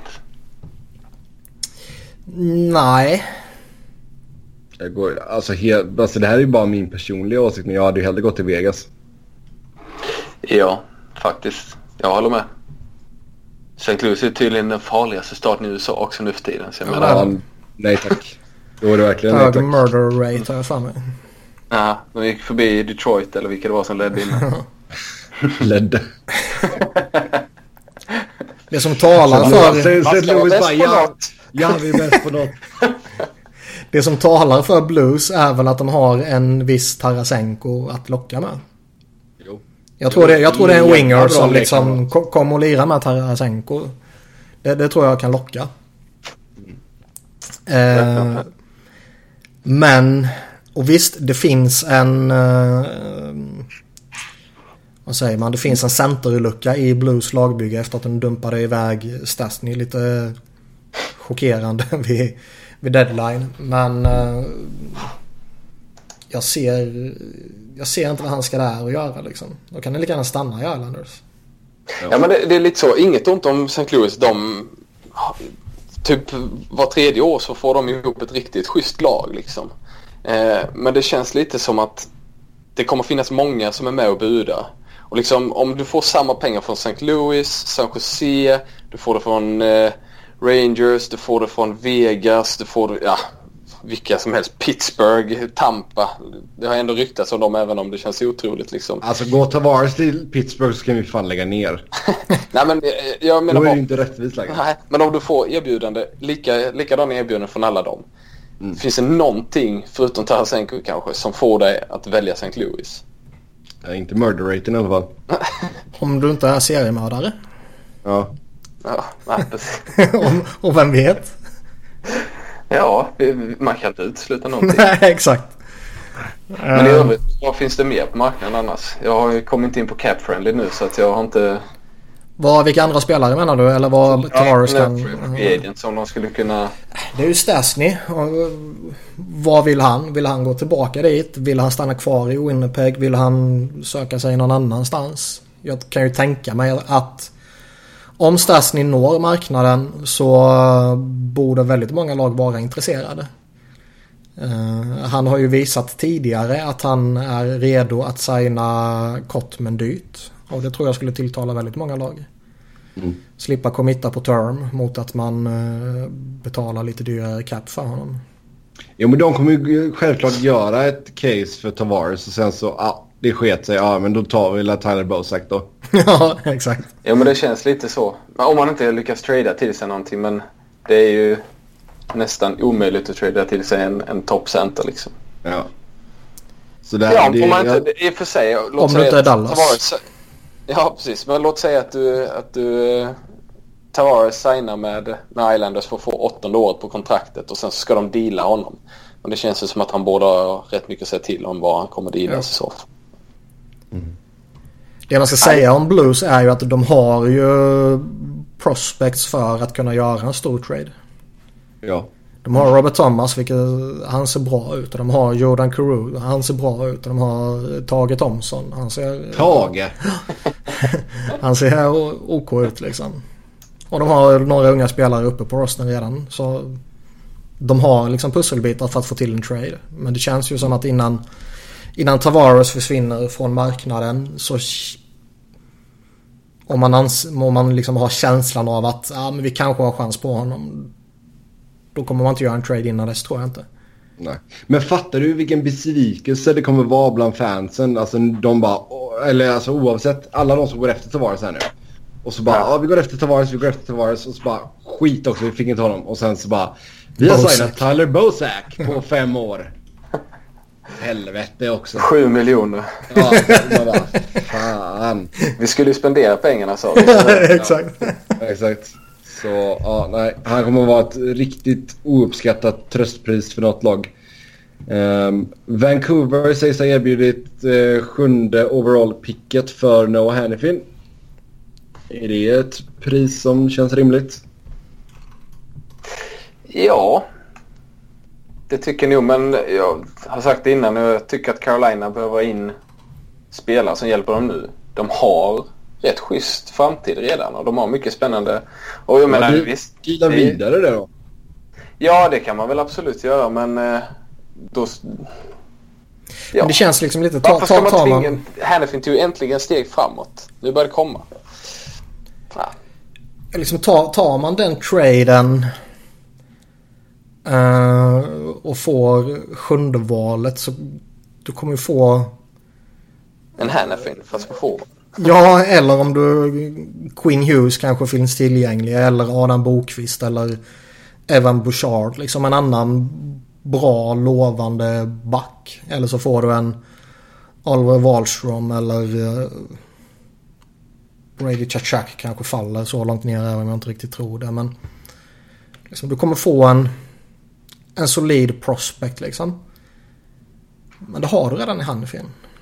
Nej. Jag går, alltså, he, alltså det här är ju bara min personliga åsikt, men jag hade ju hellre gått till Vegas. Ja, faktiskt. Jag håller med. Saint Louis är tydligen den farligaste staten i U S A också nu för tiden. Så jag ja, menar... men, nej tack. Då är det verkligen hög murder rate har jag för mig. Ja, de gick förbi Detroit eller vilka det var som ledde in. ledde. Det som talar för... Saint Louis bara, ja, ja, vi är bäst på något. Det som talar för Blues är väl att de har en viss Tarasenko att locka med. Jo. Jag tror det, jag tror det är en winger som liksom kommer och lira med Tarasenko. Det, det tror jag kan locka. Mm. Eh, men, och visst, det finns en... Eh, vad säger man? Det finns en centerlucka i Blues lagbygge efter att den dumpade iväg Stastny lite chockerande vid, vid deadline. Men eh, jag ser jag ser inte vad han ska där och göra liksom. Då kan det lika gärna stanna i Islanders. Ja, ja men det, det är lite så. Inget ont om Saint Louis. De typ var tredje år så får de ihop ett riktigt schysst lag liksom. Eh, men det känns lite som att det kommer finnas många som är med och buda. Och liksom om du får samma pengar från Saint Louis, San Jose, du får det från eh, Rangers, du får det från Vegas, du får det, ja, vilka som helst, Pittsburgh, Tampa. Det har ändå ryktats om dem även om det känns otroligt liksom. Alltså gå Tavares till Pittsburgh så kan vi fan lägga ner. Nej men jag menar då är det bara, inte rättvist längre. Nej, men om du får erbjudande, lika, likadana erbjudanden från alla dem. Mm. Finns det någonting förutom Tarasenko kanske som får dig att välja Saint Louis? Ja, inte murder raten i alla fall. Om du inte är seriemördare. Ja. Ja, nej, precis. och, och vem vet? Ja, man kan inte utesluta någonting. Nej, exakt. Men i övrigt, vad finns det mer på marknaden annars? Jag har ju kommit inte in på Cap Friendly nu så att jag har inte... Vad, vilka andra spelare menar du? Eller vad Tavares ja, kan... Agent som de skulle kunna... Det är ju Stastny. Vad vill han? Vill han gå tillbaka dit? Vill han stanna kvar i Winnipeg? Vill han söka sig någon annanstans? Jag kan ju tänka mig att om Stastny når marknaden så borde väldigt många lag vara intresserade. Uh, han har ju visat tidigare att han är redo att signa Kottman dyrt. Och det tror jag skulle tilltala väldigt många lag. Mm. Slippa committa på term mot att man uh, betalar lite dyrare cap för honom. Jo, men de kommer ju självklart göra ett case för Tavares och sen så, ja, ah, det sket sig. Ja, men då tar vi la Tyler Bozak då. Ja, exakt. Ja, men det känns lite så. Om man inte lyckas trada till sig någonting, men det är ju nästan omöjligt att trada till sig en, en toppcenter liksom. Ja. Så där, ja, det, om man jag... inte, i och för sig, låt om säga du inte är Dallas. Tavares, ja, precis. Men låt säga att du, att du Tavares signar med, med Islanders för att få åttonde året på kontraktet och sen så ska de deala honom. Och det känns ju som att han borde ha rätt mycket att säga till om vad han kommer deala ja. så. Mm. Det man ska säga om Blues är ju att de har ju prospects för att kunna göra en stor trade. Ja. De har Robert Thomas, vilket han ser bra ut. Och de har Jordan Carew, han ser bra ut. Och de har Tage Thompson. Han ser, Tage? han ser OK ut liksom. Och de har några unga spelare uppe på rosten redan. Så de har liksom pusselbitar för att få till en trade. Men det känns ju som att innan, innan Tavares försvinner från marknaden så... Om man, ans- om man liksom har känslan av att ja, men vi kanske har chans på honom, då kommer man inte göra en trade innan dess, tror jag inte. Nej. Men fattar du vilken besvikelse det kommer vara bland fansen? Alltså de bara, eller alltså oavsett, alla de som går efter Tavares här nu. Och så bara, ja, ja vi går efter Tavares, vi går efter Tavares. Och så bara, skit också, vi fick inte honom. Och sen så bara, vi har signat Tyler Bozak på fem år. Helvete också. Sju miljoner. Ja, bara, fan. Vi skulle ju spendera pengarna, så. Exakt. Ja, exakt. Så, ja, nej. Han kommer att vara ett riktigt ouppskattat tröstpris för något lag. Um, Vancouver sägs ha erbjudit uh, sjunde overall-picket för Noah Hanifin. Är det ett pris som känns rimligt? Ja, det tycker jag nog, men jag har sagt det innan, jag tycker att Carolina behöver in spelare som hjälper dem nu. De har rätt schysst framtid redan och de har mycket spännande. Och jag menar, ja, visst... Gilla vidare det då? Ja, det kan man väl absolut göra, men eh, då... Ja. Men det känns liksom lite... Ta, Varför ska ta, ta, man tvinga... Hanifin tog äntligen steg framåt. Nu börjar det komma. Ja. Liksom tar, tar man den traden uh, och får sjunde valet, så du kommer ju få en Hanifin fast på få. Ja, eller om du Quinn Hughes kanske finns tillgänglig, eller Adam Bokvist eller Evan Bouchard, liksom en annan bra lovande back. Eller så får du en Oliver Wahlstrom eller uh, Brady Tkachuk kanske faller så långt ner även om jag inte riktigt tror det, men liksom, du kommer få en en solid prospect liksom. Men det har du redan i Hanifin.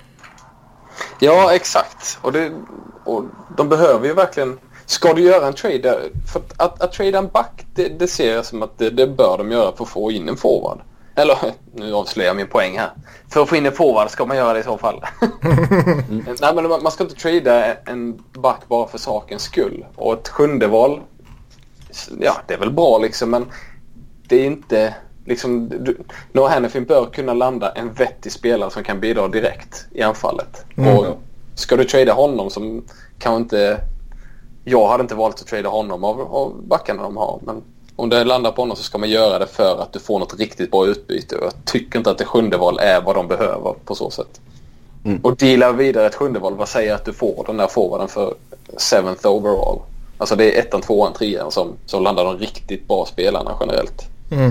Ja, exakt. Och, det, och de behöver ju verkligen... Ska du göra en trade där, för att, att, att trade en back, det, det ser jag som att det, det bör de göra för att få in en forward. Eller, nu avslöjar jag min poäng här. För att få in en forward ska man göra det i så fall. mm. Nej, men man, man ska inte trada en back bara för sakens skull. Och ett sjunde val, ja, det är väl bra liksom, men det är inte... Liksom, Noah Hanifin bör kunna landa en vettig spelare som kan bidra direkt i anfallet. Mm. Och ska du trada honom som kan inte... Jag hade inte valt att trada honom av, av backarna de har, men om det landar på honom så ska man göra det för att du får något riktigt bra utbyte. Och jag tycker inte att det sjunde val är vad de behöver på så sätt. Mm. Och deala vidare ett sjunde val, vad säger att du får den där forwarden för seventh overall? Alltså det är ettan, tvåan, trean som, som landar de riktigt bra spelarna generellt. Mm.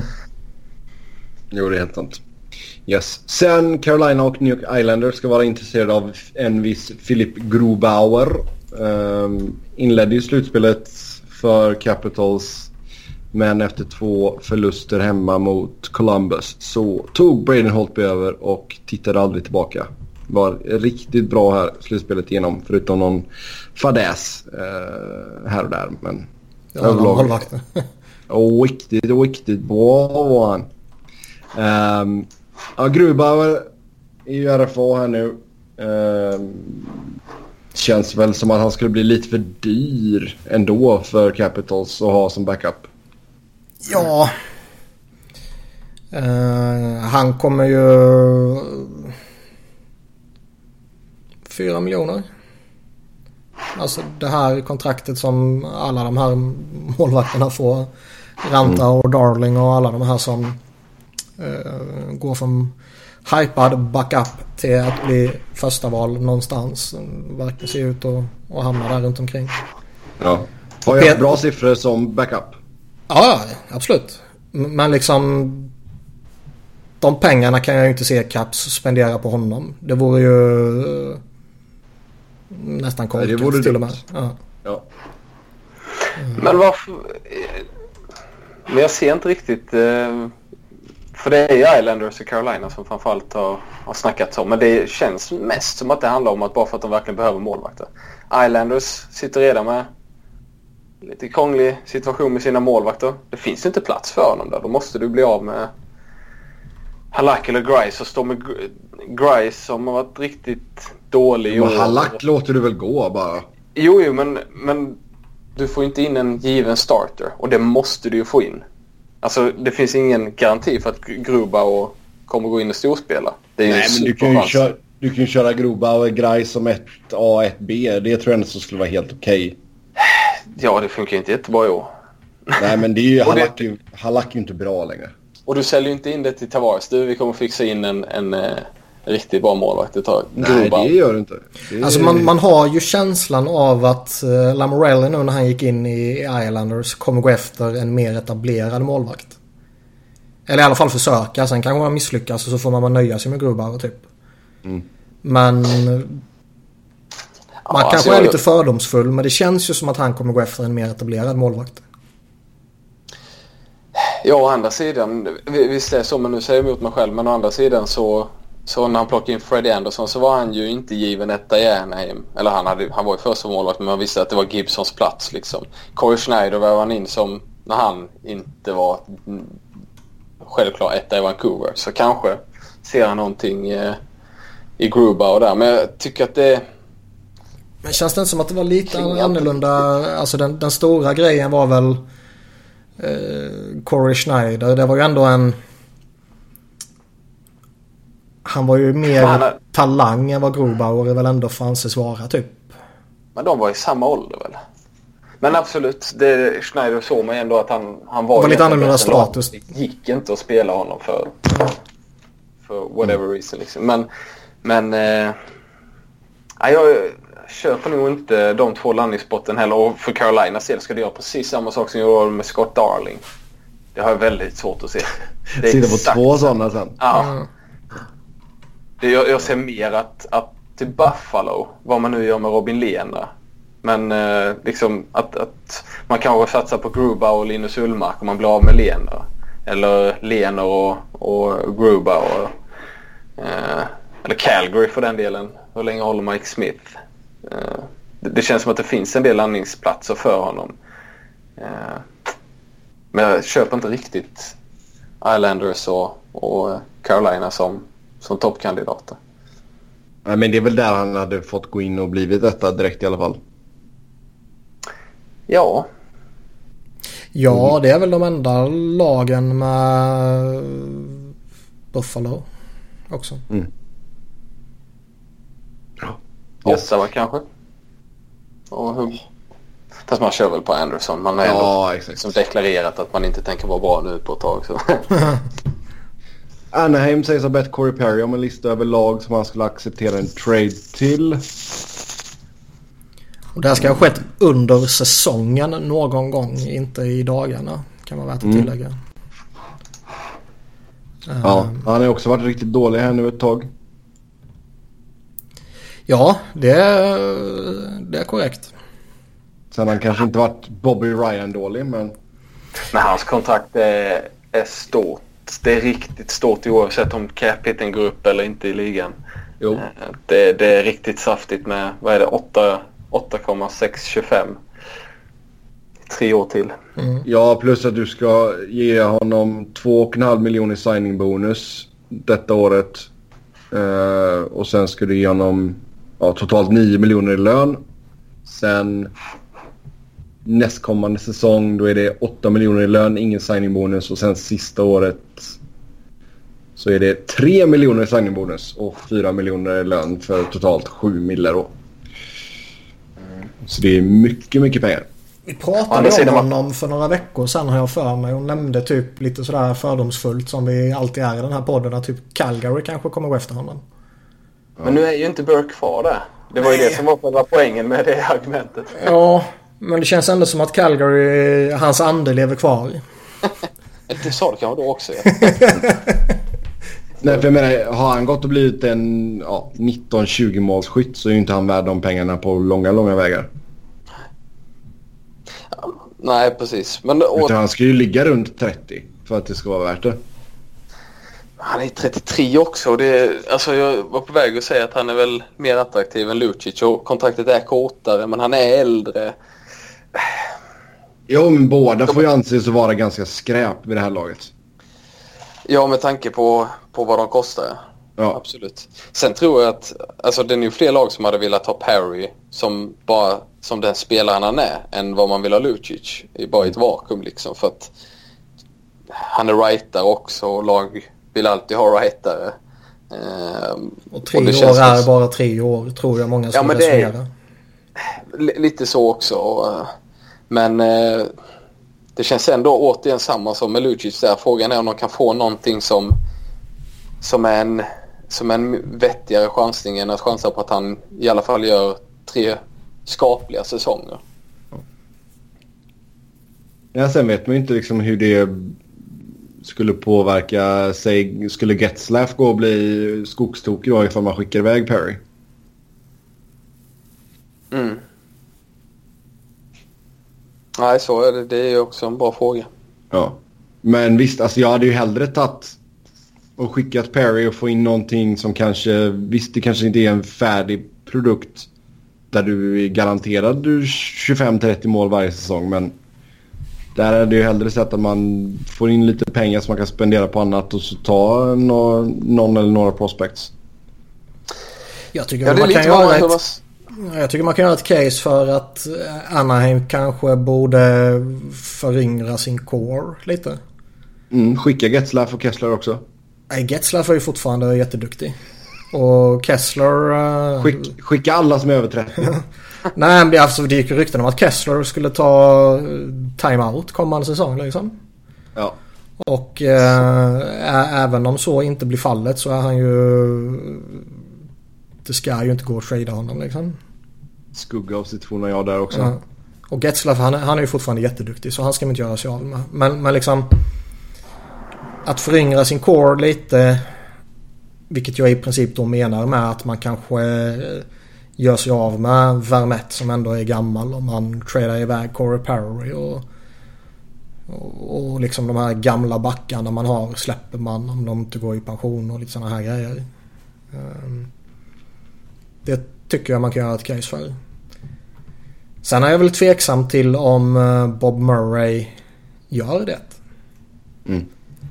Jo, det är helt sant. Yes. Sen Carolina och New York Islanders ska vara intresserade av en viss Philip Grubauer. Um, inledde ju slutspelet för Capitals, men efter två förluster hemma mot Columbus så tog Braden Holtby över och tittade aldrig tillbaka. Var riktigt bra här slutspelet igenom, förutom någon fadäs uh, här och där, men ja, överlag och riktigt, riktigt bra var han. Um, ja, Grubauer är ju R F A här nu. Um, känns väl som att han skulle bli lite för dyr ändå för Capitals att ha som backup. Ja. Uh, han kommer ju fyra miljoner. Alltså det här kontraktet som alla de här målvakterna får. Ranta och Darling och alla de här som uh, går från hypad backup till att bli första val någonstans. Verkar se ut och, och hamna där runt omkring. Ja. Har jag bra siffror som backup? Ja, absolut. Men liksom de pengarna kan jag ju inte se Caps spendera på honom. Det vore ju uh, nästan korkat till och med. Ja. Ja. Mm. Men varför... Men jag ser inte riktigt... Uh... För det är ju Islanders och Carolina som framförallt har, har snackat om. Men det känns mest som att det handlar om att bara för att de verkligen behöver målvakter. Islanders sitter redan med lite krånglig situation med sina målvakter. Det finns inte plats för honom där. Då måste du bli av med Halak eller Greiss och stå med Greiss som har varit riktigt dålig. Men Halak låter du väl gå bara? Jo, jo men, men du får inte in en given starter. Och det måste du ju få in. Alltså det finns ingen garanti för att Grubauer kommer gå in och storspela. Det är Nej, men du kan ju köra, du kan ju köra Grubauer och Greiss som ett A och ett B. Det tror jag inte så skulle vara helt okej. Okay. Ja, det funkar inte jättebra i år. Nej, men det är ju Halak, det... Halak är ju inte bra längre. Och du säljer ju inte in det till Tavares. Du, vi kommer fixa in en, en, en riktigt bra målvakt. Det Nej, det gör det inte. Det är... Alltså man, man har ju känslan av att uh, Lamorelli nu när han gick in i Islanders kommer gå efter en mer etablerad målvakt. Eller i alla fall försöka. Sen kanske man misslyckas och så får man nöja sig med Grubauer typ. Mm. Men man ja, kanske alltså, är lite fördomsfull. Men det känns ju som att han kommer gå efter en mer etablerad målvakt. Ja, å andra sidan, visst är det så, men nu säger jag emot mig själv, men å andra sidan så, så när han plockade in Freddie Anderson så var han ju inte given etta i Anaheim. Eller han, hade, han var ju första målvakt, men man visste att det var Gibsons plats liksom. Corey Schneider var han in som när han inte var självklart etta i Vancouver. Så kanske ser han någonting eh, i Grubauer där, men jag tycker att det... Men känns det inte som att det var lite annorlunda? Alltså den, den stora grejen var väl Uh, Corey Schneider. Det var ju ändå en han var ju mer är... talang än vad Grubauer är väl ändå för anses vara typ. Men de var i samma ålder väl. Men absolut, det Schneider såg mig ändå att han, han var, var lite annorlunda status. Det gick inte att spela honom för för whatever mm. reason liksom. Men men eh, jag köper nog inte de två landningsspotten heller. Och för Carolina del ska det göra precis samma sak som jag gjorde med Scott Darling. Det har jag väldigt svårt att se. Det sitter på exakt två sådana sen. Ja. Mm. Det, jag, jag ser mer att, att till Buffalo, vad man nu gör med Robin Lehner. Men eh, liksom att, att man kanske satsar på Grubauer och Linus Ullmark om man blir av med Lehner. Eller Lehner och, och Grubauer. Eh, eller Calgary för den delen. Hur länge håller Mike Smith? Det känns som att det finns en del landningsplatser för honom. Men jag köper inte riktigt Islanders och, och Carolina som, som toppkandidater. Nej, men det är väl där han hade fått gå in och blivit detta direkt i alla fall. Ja. Ja, det är väl de enda lagen med Buffalo också. Mm. Ottawa kanske. Och hur... Fast man kör väl på Anderson. Man har ja, ändå som deklarerat att man inte tänker vara bra nu på ett tag. Så. Anaheim sägs ha bett Corey Perry om en lista över lag som han skulle acceptera en trade till. Och det här ska ha skett under säsongen någon gång. Inte i dagarna, kan man väl mm. tillägga. Ja, um, han har också varit riktigt dålig här nu ett tag. Ja, det är, det är korrekt. Sen han kanske inte varit Bobby Ryan dålig, men... Men hans kontrakt är, är stort. Det är riktigt stort oavsett om cap-hiten går upp eller inte i ligan. Jo. Det, det är riktigt saftigt med, vad är det, åtta komma sex tjugofem. Tre år till. Mm. Ja, plus att du ska ge honom två komma fem miljoner i signing-bonus detta året. Uh, och sen ska du ge honom ja, totalt nio miljoner i lön. Sen nästkommande säsong då är det åtta miljoner i lön, ingen signing bonus. Och sen sista året så är det tre miljoner i signingbonus och fyra miljoner i lön för totalt sju miljoner då. Så det är mycket, mycket pengar. Vi pratade ja, om honom för några veckor sedan har jag för mig och nämnde typ lite sådär fördomsfullt som vi alltid är i den här podden att typ Calgary kanske kommer gå efter honom. Ja. Men nu är ju inte Burke kvar där. Det var ju Nej. det som var själva poängen med det argumentet. Ja, men det känns ändå som att Calgary, hans ande lever kvar. Det sa du kanske då också. Ja. Nej, för jag menar, har han gått och blivit en ja, nitton tjugo målsskytt så är ju inte han värd de pengarna på långa, långa vägar. Ja, nej, precis. Men, och... han ska ju ligga runt trettio för att det ska vara värt det. Han är trettiotre också. Och det, alltså jag var på väg att säga att han är väl mer attraktiv än Lucic och kontraktet är kortare, men han är äldre. Jo, men båda får ju anses att vara ganska skräp vid det här laget. Ja, med tanke på, på vad de kostar. Ja. Absolut. Sen tror jag att alltså, det är ju fler lag som hade velat ha Perry som bara som den spelaren han är än vad man vill ha Lucic. Det är bara ett vakuum liksom för att han är rightare också och lag vill alltid ha rightare. Ehm, och tre och år är som... bara tre år tror jag många skulle ja, resonera. Är... Lite så också. Men eh, det känns ändå återigen samma som med Lucic där. Frågan är om de kan få någonting som som är en, som en vettigare chansning än att chansa på att han i alla fall gör tre skapliga säsonger. Ja, sen vet man ju inte liksom hur det skulle påverka sig. Skulle Getzlaff gå och bli skogstokig då ifall man skickar iväg Perry? Mm. Nej, så är det. Det är ju också en bra fråga. Ja. Men visst, alltså jag hade ju hellre tagit och skickat Perry och få in någonting som kanske, visst det kanske inte är en färdig produkt där du är garanterad tjugofem trettio mål varje säsong, men där är det ju hellre sett att man får in lite pengar som man kan spendera på annat och så ta någon, någon eller några prospects. Jag tycker, ja, man kan göra ett, jag tycker man kan göra ett case för att Anaheim kanske borde föryngra sin core lite. Mm, skicka Getzlaff och Kessler också. Nej, Getzlaff är ju fortfarande jätteduktig. Och Kessler... Uh... Skick, skicka alla som är över trettio. Nej, men alltså, det gick ju rykten om att Kessler skulle ta timeout kommande säsong liksom. Ja. Och äh, även om så inte blir fallet så är han ju... Det ska ju inte gå att trada honom liksom. Skugga av sitt tvåna jag där också. Ja. Och Getzlaff, han, han är ju fortfarande jätteduktig så han ska man inte göra sig av med. Men, men liksom... Att föryngra sin core lite, vilket jag i princip då menar med att man kanske gör sig av med Vermette som ändå är gammal och man tradar iväg Corey Perry och, och, och liksom de här gamla backarna man har släpper man om de inte går i pension och lite sådana här grejer. Det tycker jag man kan göra ett case för. Sen är jag väl tveksam till om Bob Murray gör det. Mm.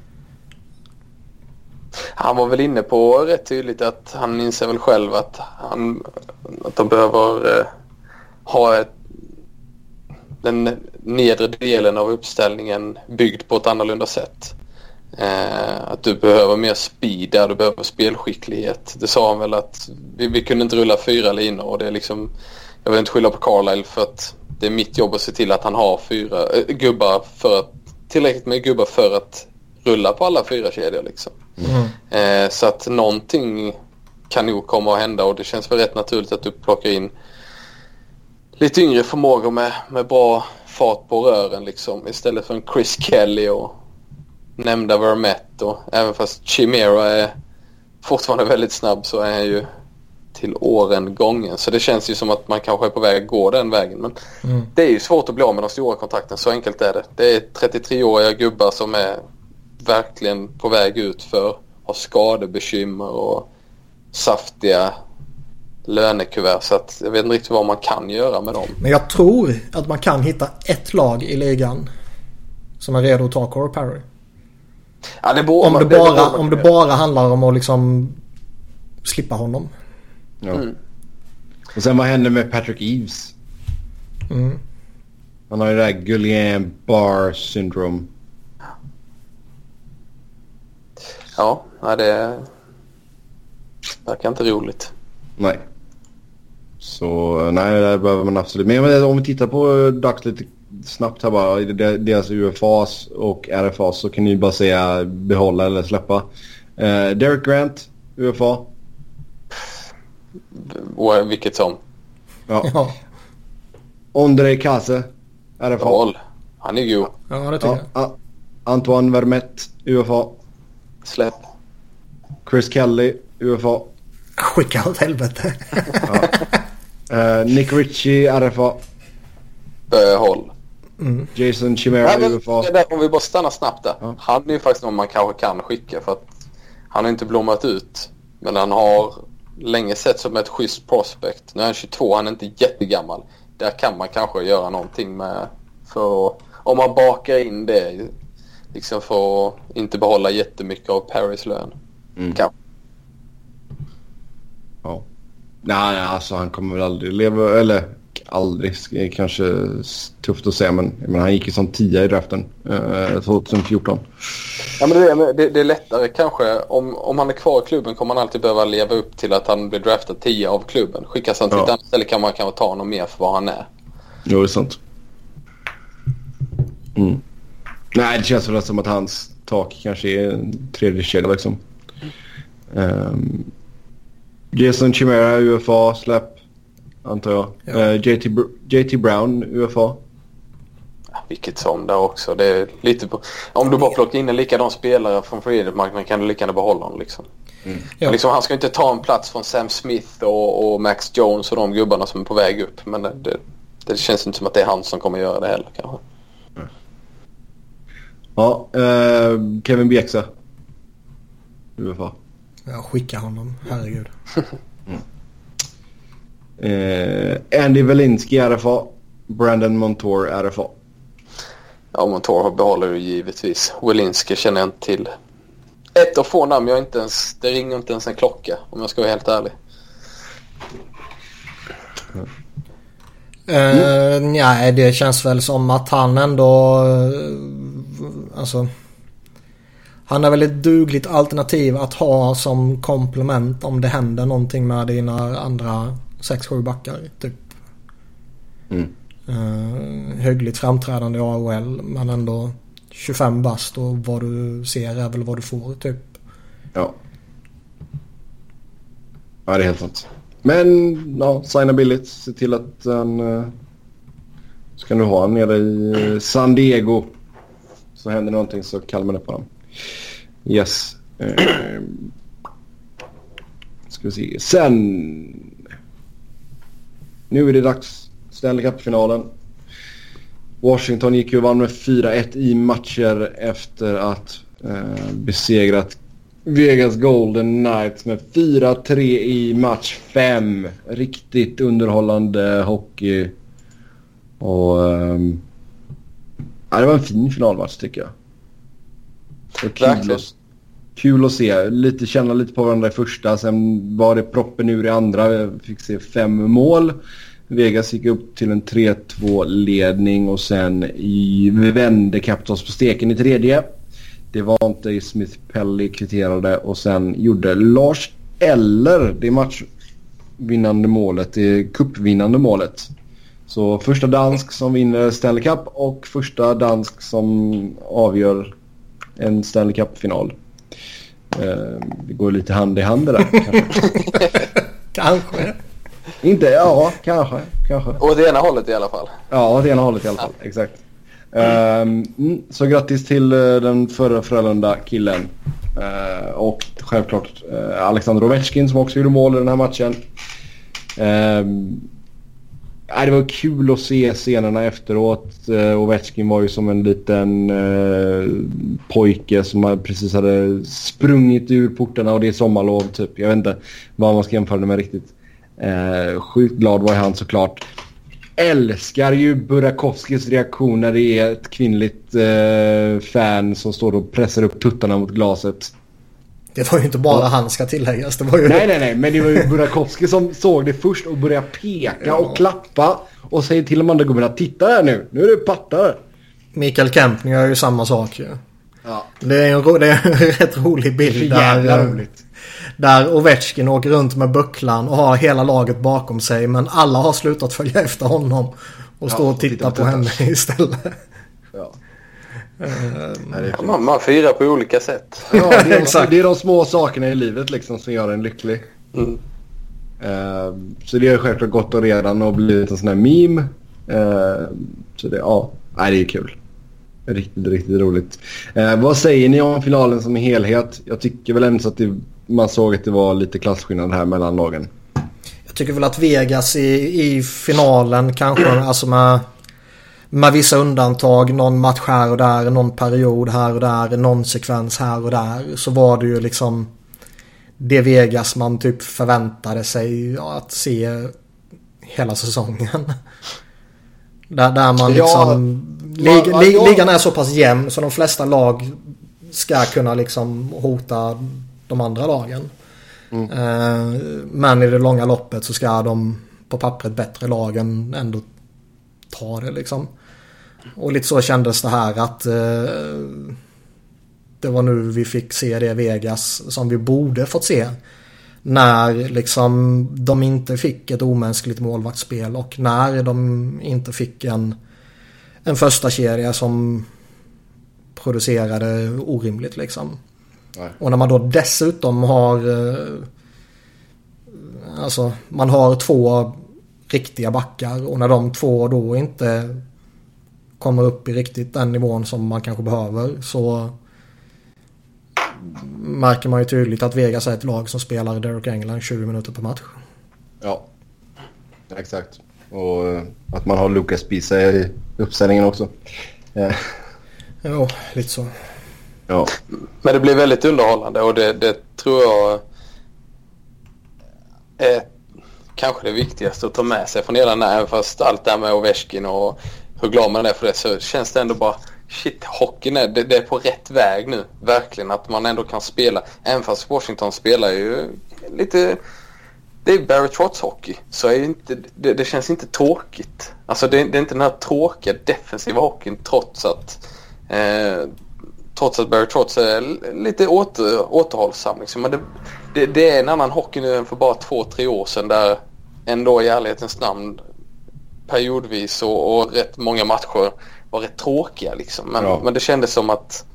Han var väl inne på rätt tydligt att han inser väl själv att, han, att de behöver eh, ha ett, den nedre delen av uppställningen byggd på ett annorlunda sätt. Eh, att du behöver mer speed där, du behöver spelskicklighet. Det sa han väl att vi, vi kunde inte rulla fyra linor och det är liksom, jag vill inte skylla på Carlisle för att det är mitt jobb att se till att han har fyra äh, gubbar för att, tillräckligt med gubbar för att rulla på alla fyra kedjor liksom. Mm. Eh, så att någonting kan nog komma att hända och det känns väl rätt naturligt att du plockar in lite yngre förmågor med, med bra fart på rören liksom istället för en Chris Kelly och nämnda Vermette och även fast Chimera är fortfarande väldigt snabb så är han ju till åren gången så det känns ju som att man kanske är på väg att gå den vägen men mm. det är ju svårt att bli av med de stora kontrakten, så enkelt är det. Det är trettiotre-åriga gubbar som är verkligen på väg ut för har skadebekymmer och saftiga lönekuvert så att jag vet inte riktigt vad man kan göra med dem. Men jag tror att man kan hitta ett lag i ligan som är redo att ta Corey Perry. Ja, det borde, om det, det bara, det om det bara handlar om att liksom slippa honom. Ja. Mm. Och sen vad händer med Patrick Eaves? Mm. Han har ju det där Guillain-Barré syndrom. Ja, det verkar inte roligt. Nej. Så nej, det behöver man absolut. Men om vi tittar på Ducks lite snabbt här bara. Deras U F As och R F As så kan ni bara säga behålla eller släppa. Uh, Derek Grant, U F A. Och vilket som. Ja. ja. Ondrej Kase, R F A. Håll. Han är god. Ja, det tycker ja. jag. Antoine Vermette, U F A. Släpp. Chris Kelly, U F A. Skicka åt helvete. ja. uh, Nick Ritchie, R F A. Behåll. Mm. Jason Chimera, ja, U F A. Där, om vi bara stannar snabbt där. Ja. Han är ju faktiskt någon man kanske kan skicka för att han har inte blommat ut. Men han har länge sett som ett schysst prospect. Nu är han tjugotvå, han är inte jättegammal. Där kan man kanske göra någonting med för att, om man bakar in det liksom för att inte behålla jättemycket av Paris lön. Mm. Kan. Ja. Nej, alltså han kommer väl aldrig leva, eller aldrig, kanske tufft att säga, men, men han gick ju som tia i draften eh, tjugohundrafjorton. Ja, men det, det, det är lättare kanske. Om, om han är kvar i klubben kommer han alltid behöva leva upp till att han blir draftad tio av klubben. Skickas han till ja. ett annat ställe kan man kanske ta honom mer för vad han är. Jo, det är sant. Mm. Nej, det känns väl som att hans tak kanske är en tredje kedja liksom. Um, Jason Chimera, U F A, släpp, antar jag. Ja. Uh, J T Br- J T Brown, U F A. Ja, vilket som där också. Det är lite på, om du bara plockar in en likadan spelare från free agent-marknaden kan du lika gärna behålla honom liksom. Mm. Ja. Liksom, han ska inte ta en plats från Sam Smith och, och Max Jones och de gubbarna som är på väg upp. Men det, det, det känns inte som att det är han som kommer göra det heller kanske. Mm. Ja, uh, Kevin Bieksa, U F A. Jag skickar honom, herregud. mm. uh, Andy Welinski, R F A. Brandon Montour, R F A. Ja, Montour behåller ju givetvis. Welinski känner jag inte till. Ett och få namn jag inte ens, det ringer inte ens en klocka om jag ska vara helt ärlig. Mm. Uh, nej, det känns väl som att han ändå uh, alltså han är väl ett dugligt alternativ att ha som komplement om det händer någonting med dina andra sex sju backar typ. Mm. Uh, högligt framträdande i A H L men ändå tjugofem bast och vad du ser är väl vad du får typ. Ja. Ja, det är helt sant. Men ja, signa billigt. Se till att han uh, så kan du ha han nere i San Diego. Så händer någonting så kallar man upp honom. Yes. Uh, ska vi se. Sen nu är det dags. Stanley Cup-finalen. Washington gick ju och vann med fyra ett i matcher efter att uh, besegrat Vegas Golden Knights med fyra tre i match fem. Riktigt underhållande hockey. Och um, ja, det var en fin finalmatch tycker jag. Det kul, att, kul att se. Lite, känna lite på varandra i första. Sen var det proppen ur i andra. Vi fick se fem mål. Vegas gick upp till en tre två ledning och sen i, vände Capitals på steken i tredje. Det var inte Smith Pelly kvitterade och sen gjorde Lars Eller det matchvinnande målet, det cupvinnande målet. Så första dansk som vinner Stanley Cup och första dansk som avgör en Stanley Cup-final. Eh, det går lite hand i hand det där. Kanske. Kanske. Inte, ja, kanske, kanske. Och det ena hållet i alla fall. Ja, det ena hållet i alla fall, ja. Exakt. Um, så grattis till uh, den förra Frölunda killen uh, och självklart uh, Alexander Ovechkin som också gjorde mål i den här matchen. Um, äh, det var kul att se scenerna efteråt. uh, Ovechkin var ju som en liten uh, pojke som precis hade sprungit ur portarna och det är sommarlov typ. Jag vet inte vad man ska jämföra det med riktigt. Uh, sjukt glad var han såklart. Älskar ju Burakovskis reaktion när det är ett kvinnligt uh, fan som står och pressar upp tuttarna mot glaset. Det var ju inte bara ja. Han ska tilläggas. Det var ju... Nej, nej, nej. Men det var ju Burakovsky som såg det först och började peka ja. och klappa. Och säger till de andra gubbarna, titta här nu. Nu är det pattar. Mikael Kempning gör ju samma sak ju. Ja. Det är en, ro, det är en rätt rolig bild där, roligt. där Ovechkin åker runt med bucklan och har hela laget bakom sig, men alla har slutat följa efter honom och står ja, och tittar på henne istället. Ja. Ja, man, man firar på olika sätt. Ja, det, är de, det är de små sakerna i livet liksom som gör en lycklig. Mm. Uh, så det har självklart gått och redan och blivit en sån här meme. Uh, så det, ja, nej, det är kul. Riktigt, riktigt roligt. Uh, vad säger ni om finalen som helhet? Jag tycker väl ändå att det, man såg att det var lite klasskillnad här mellan lagen. Jag tycker väl att Vegas i, i finalen kanske, alltså med med vissa undantag, någon match här och där, någon period här och där, någon sekvens här och där, så var det ju liksom det Vegas man typ förväntade sig att se hela säsongen. Där, där man liksom ja, lig, lig, ja. ligan är så pass jämn så de flesta lag ska kunna liksom hota de andra lagen. Mm. Eh, men i det långa loppet så ska de på pappret bättre lagen ändå ta det liksom. Och lite så kändes det här att eh, det var nu vi fick se det Vegas som vi borde fått se. När liksom de inte fick ett omänskligt målvaktsspel och när de inte fick en, en första kedja som producerade orimligt liksom. Nej. Och när man då dessutom har eh, alltså man har två riktiga backar och när de två då inte kommer upp i riktigt den nivån som man kanske behöver, så märker man ju tydligt att Vegas är ett lag som spelar Derek England tjugo minuter per match. Ja, exakt. Och att man har Lucas Pisa i uppställningen också. Ja, ja lite så. Ja. Men det blir väldigt underhållande och det, det tror jag är kanske det viktigaste att ta med sig från hela den här, fast allt där med Ovechkin och hur glad man är för det, så känns det ändå bara shit, hockeyn är, det, det är på rätt väg nu, verkligen, att man ändå kan spela, även fast Washington spelar ju lite, det är Barry Trotz hockey, så är inte, det, det känns inte tråkigt, alltså det, det är inte den här tråkiga defensiva hockeyn, trots att eh, trots att Barry Trotz är lite åter, återhållsam liksom. Men det, det, det är en annan hockey nu än för bara två, tre år sedan, där ändå i ärlighetens namn periodvis och, och rätt många matcher var rätt tråkiga liksom. Men, ja. men det kändes som att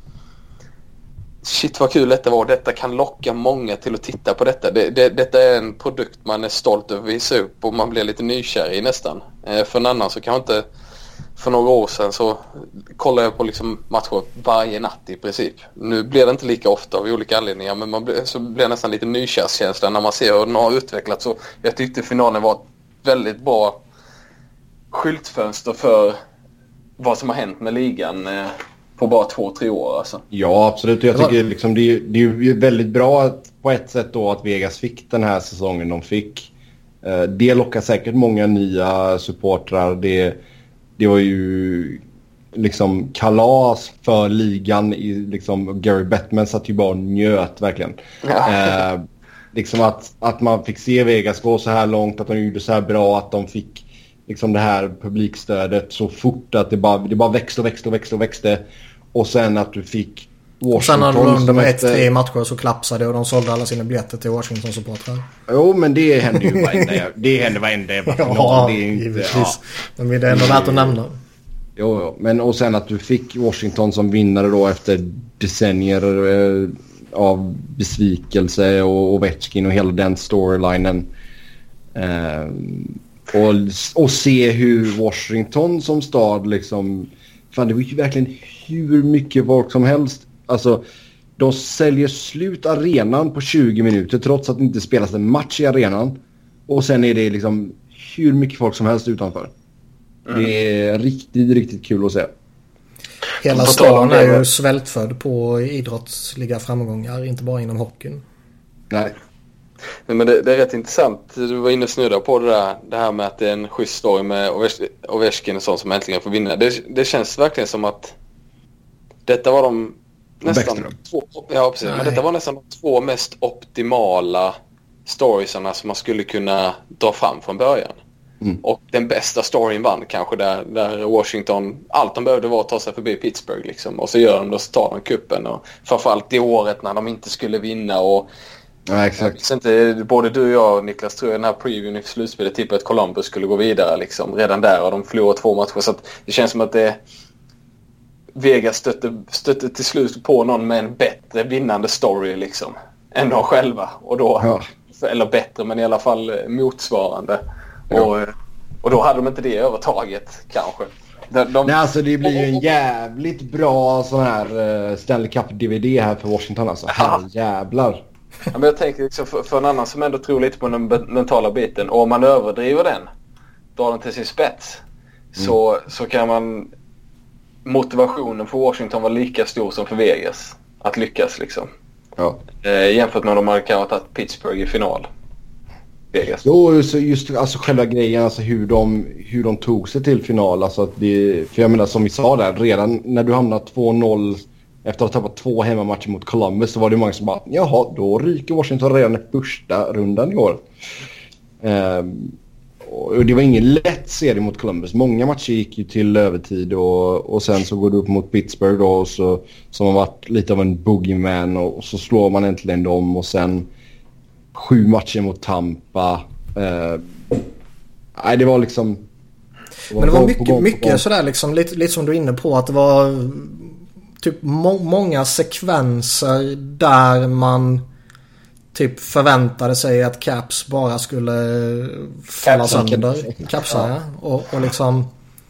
shit vad kul detta var, detta kan locka många till att titta på detta. Det, det, detta är en produkt man är stolt över att visa upp och man blir lite nykär i nästan. Eh, för en annan så kan jag inte, för några år sedan så kollade jag på liksom matcher varje natt i princip. Nu blir det inte lika ofta av olika anledningar, men man blir, så blir det nästan lite nykärskänsla när man ser hur den har utvecklats. Så jag tyckte finalen var ett väldigt bra skyltfönster för vad som har hänt med ligan eh, på bara två, tre år alltså. Ja, absolut. Jag tycker liksom det, är, det är ju väldigt bra att, på ett sätt då, att Vegas fick den här säsongen de fick. Eh, det lockar säkert många nya supportrar. Det, det var ju liksom kalas för ligan i, liksom Gary Bettman satt ju bara och njöt verkligen. Ja. Eh, liksom att, att man fick se Vegas gå så här långt, att de gjorde så här bra, att de fick liksom det här publikstödet så fort att det bara, det bara växte och växte och växte och växte. Och sen att du fick Washington. Och sen när de under med ett, tre matcher så klappsade och de sålde alla sina biljetter till Washington supportrar. Jo, men det hände ju varenda, det hände varenda jävla final. Ja, det är inte, givetvis. Ja. Men det är ändå värt att nämna. Jo, jo, men och sen att du fick Washington som vinnare då efter decennier eh, av besvikelse och Ovechkin och hela den storylinen. Eh, och, och se hur Washington som stad liksom, fan det var ju verkligen hur mycket folk som helst. Alltså de säljer slut arenan på tjugo minuter trots att det inte spelas en match i arenan. Och sen är det liksom hur mycket folk som helst utanför. Mm. Det är riktigt, riktigt kul att se. Hela stan är ju svältfödd på idrottsliga framgångar, inte bara inom hockeyn. Nej. Men det, det är rätt intressant. Du var inne och snudda på det där, det här med att det är en schysst story med Ovechkin och sånt som äntligen får vinna. Det, det känns verkligen som att detta var de nästan två, ja, precis, men detta var nästan de två mest optimala storiesarna som man skulle kunna dra fram från början. Mm. Och den bästa storyn vann kanske där, där Washington, allt de behövde var att ta sig förbi Pittsburgh liksom. Och så gör de det och så tar de kuppen. Och framförallt det året när de inte skulle vinna. Och ja, exakt. Inte, både du och jag, Niklas, tror jag den här previewn i slutspelet tippade att Columbus skulle gå vidare liksom. Redan där och de förlorade två matcher. Så att det känns som att det Vegas stötte, stötte till slut på någon med en bättre vinnande story liksom. Än de själva. Och då, ja. Eller bättre, men i alla fall motsvarande. Ja. Och, och då hade de inte det övertaget kanske. De, de... Nej, alltså det blir ju en jävligt bra sån här uh, Stanley Cup-D V D här för Washington alltså. Här jävlar. Ja, men jag tänker liksom för, för en annan som ändå tror lite på den mentala biten. Och om man överdriver den, drar den till sin spets. Mm. Så, så kan man... Motivationen för Washington var lika stor som för Vegas. Att lyckas liksom. Ja. Eh, jämfört med om de hade kanske tagit Pittsburgh i final. Vegas. Jo, så just alltså själva grejen, alltså hur de, hur de tog sig till final. Alltså att det, för jag menar som vi sa där, redan när du hamnar två noll efter att ha tappat två hemmamatcher mot Columbus så var det många som bara, jaha, då ryker Washington redan i första rundan i år. Um, och det var ingen lätt serie mot Columbus. Många matcher gick ju till övertid och, och sen så går du upp mot Pittsburgh då, och så, som har varit lite av en boogeyman och, och så slår man äntligen dem och sen sju matcher mot Tampa. Uh, nej, det var liksom... Det var Men det var mycket, gång, mycket sådär liksom, lite, lite som du är inne på, att det var typ må- många sekvenser där man typ förväntade sig att Caps bara skulle falla Capsa, sönder. Capsa, ja. Och, och liksom...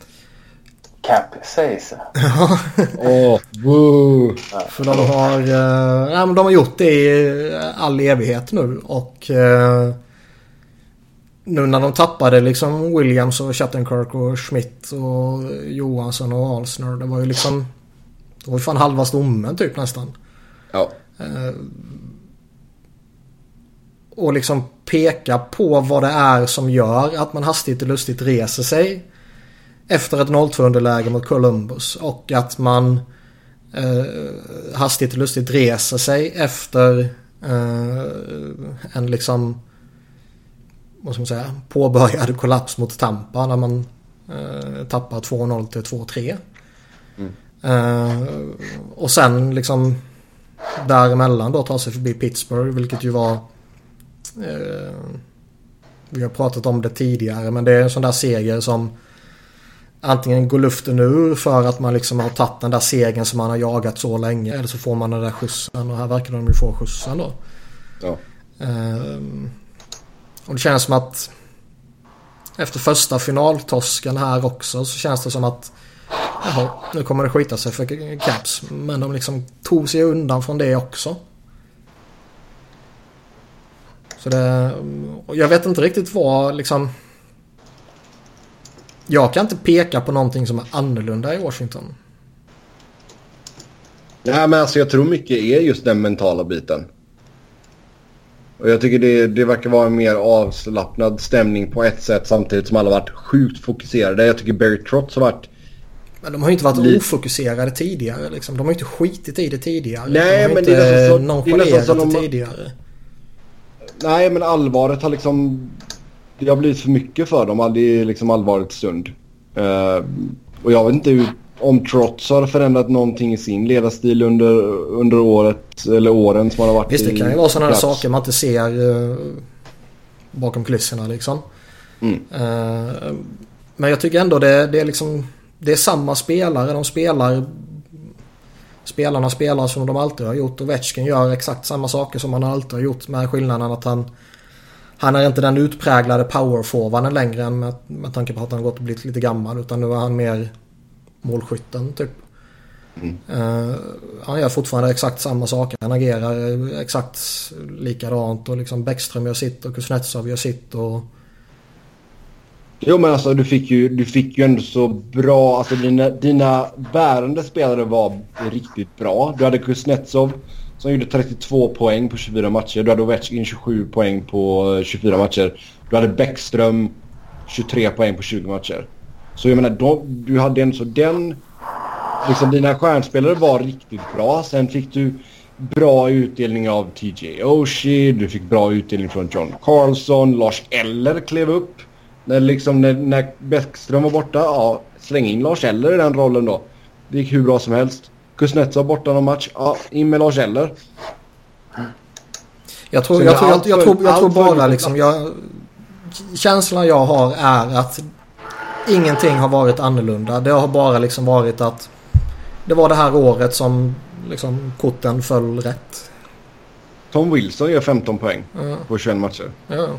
Cap sägs det. Ja. oh, woo. För de har, uh, ja, men de har gjort det i all evighet nu. Och uh, nu när de tappade liksom Williams och Shattenkirk och Schmidt och Johansson och Alsner, det var ju liksom... Det var ju fan halva stommen typ nästan. Ja. Uh, och liksom peka på vad det är som gör att man hastigt och lustigt reser sig efter ett noll två underläge mot Columbus, och att man eh, hastigt och lustigt reser sig efter eh, en liksom, vad ska man säga, påbörjad kollaps mot Tampa när man eh, tappar två noll till två tre. Mm. Eh, och sen liksom däremellan då tar sig förbi Pittsburgh, vilket ju var eh, vi har pratat om det tidigare, men det är en sån där seger som antingen går luften ur för att man liksom har tagit den där segern som man har jagat så länge, eller så får man den där skjutsen, och här verkar de ju få skjutsen då. Ja. Um, och det känns som att efter första finaltosken här också så känns det som att jaha, nu kommer det skita sig för Caps, men de liksom tog sig undan från det också. Så det, och jag vet inte riktigt vad liksom, jag kan inte peka på någonting som är annorlunda i Washington. Nej, men alltså jag tror mycket är just den mentala biten. Och jag tycker det, det verkar vara en mer avslappnad stämning på ett sätt, samtidigt som alla varit sjukt fokuserade. Jag tycker Barry Trotz har varit... Men de har ju inte varit li- ofokuserade tidigare liksom. De har ju inte skitit i det tidigare. Nej, de har men inte det är så, nonchalerat det, är så det de... tidigare. Nej, men allvaret har liksom... Det har blivit för mycket för dem. Det är liksom allvarligt stund. Uh, och jag vet inte hur, om Trotz har förändrat någonting i sin ledarstil under, under året eller åren som han har varit. Visst, det kan ju vara sådana här saker man inte ser uh, bakom kulisserna liksom. Mm. Uh, men jag tycker ändå det, det är liksom, det är samma spelare. De spelar spelarna spelar som de alltid har gjort, och Vetchkin gör exakt samma saker som han alltid har gjort, med skillnaden att han Han är inte den utpräglade powerforwarden längre än med, med tanke på att han har gått och blivit lite gammal, utan nu är han mer målskytten typ. Mm. Uh, han gör fortfarande exakt samma saker. Han agerar exakt likadant, och liksom Bäckström gör sitt och Kuznetsov gör sitt. Och... Jo, men alltså du fick ju, du fick ju ändå så bra, alltså dina, dina bärande spelare var riktigt bra. Du hade Kuznetsov som gjorde trettiotvå poäng på tjugofyra matcher. Du hade Ovechkin tjugosju poäng på tjugofyra matcher. Du hade Bäckström tjugotre poäng på tjugo matcher. Så jag menar, då, du hade en så den... Liksom dina stjärnspelare var riktigt bra. Sen fick du bra utdelning av T J Oshie. Du fick bra utdelning från John Carlson. Lars Eller klev upp. När, liksom, när, när Bäckström var borta, ja, släng in Lars Eller i den rollen då. Det gick hur bra som helst. Kuznetsov borta någon match, ja, in med Lars Eller. Jag tror, jag tror, jag, jag, tror, jag tror bara liksom, jag, känslan jag har är att ingenting har varit annorlunda. Det har bara liksom varit att det var det här året som liksom korten föll rätt. Tom Wilson gör femton poäng ja. på tjugoett matcher. Ja.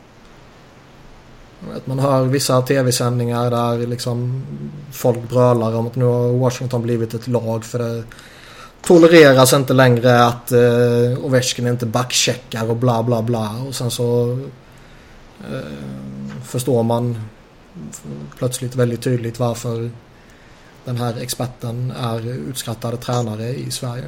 Man hör vissa tv-sändningar där liksom folk brölar om att nu har Washington blivit ett lag, för det tolereras inte längre att uh, Ovechkin inte backcheckar och bla bla bla, och sen så uh, förstår man plötsligt väldigt tydligt varför den här experten är utskrattade tränare i Sverige.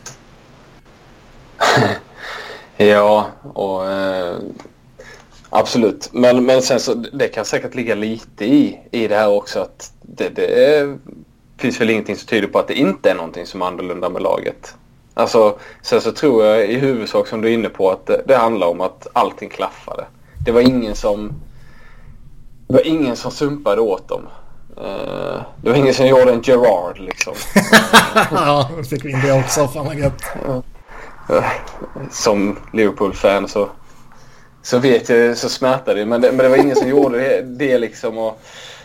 Ja, och eh, absolut. Men, men sen så det kan säkert ligga lite i, i det här också, att det, det är, finns väl ingenting som tyder på att det inte är någonting som är annorlunda med laget. Alltså, sen så tror jag i huvudsak som du är inne på att det, det handlar om att allting klaffade. Det var ingen som det var ingen som sumpade åt dem. Uh, det var ingen som gjorde en Gerard liksom. Ja, fick vi in det också. Fan vad gött. Uh, som Liverpool-fan så så vet jag, så smärtar det. Men det, men det var ingen som gjorde det, det liksom, och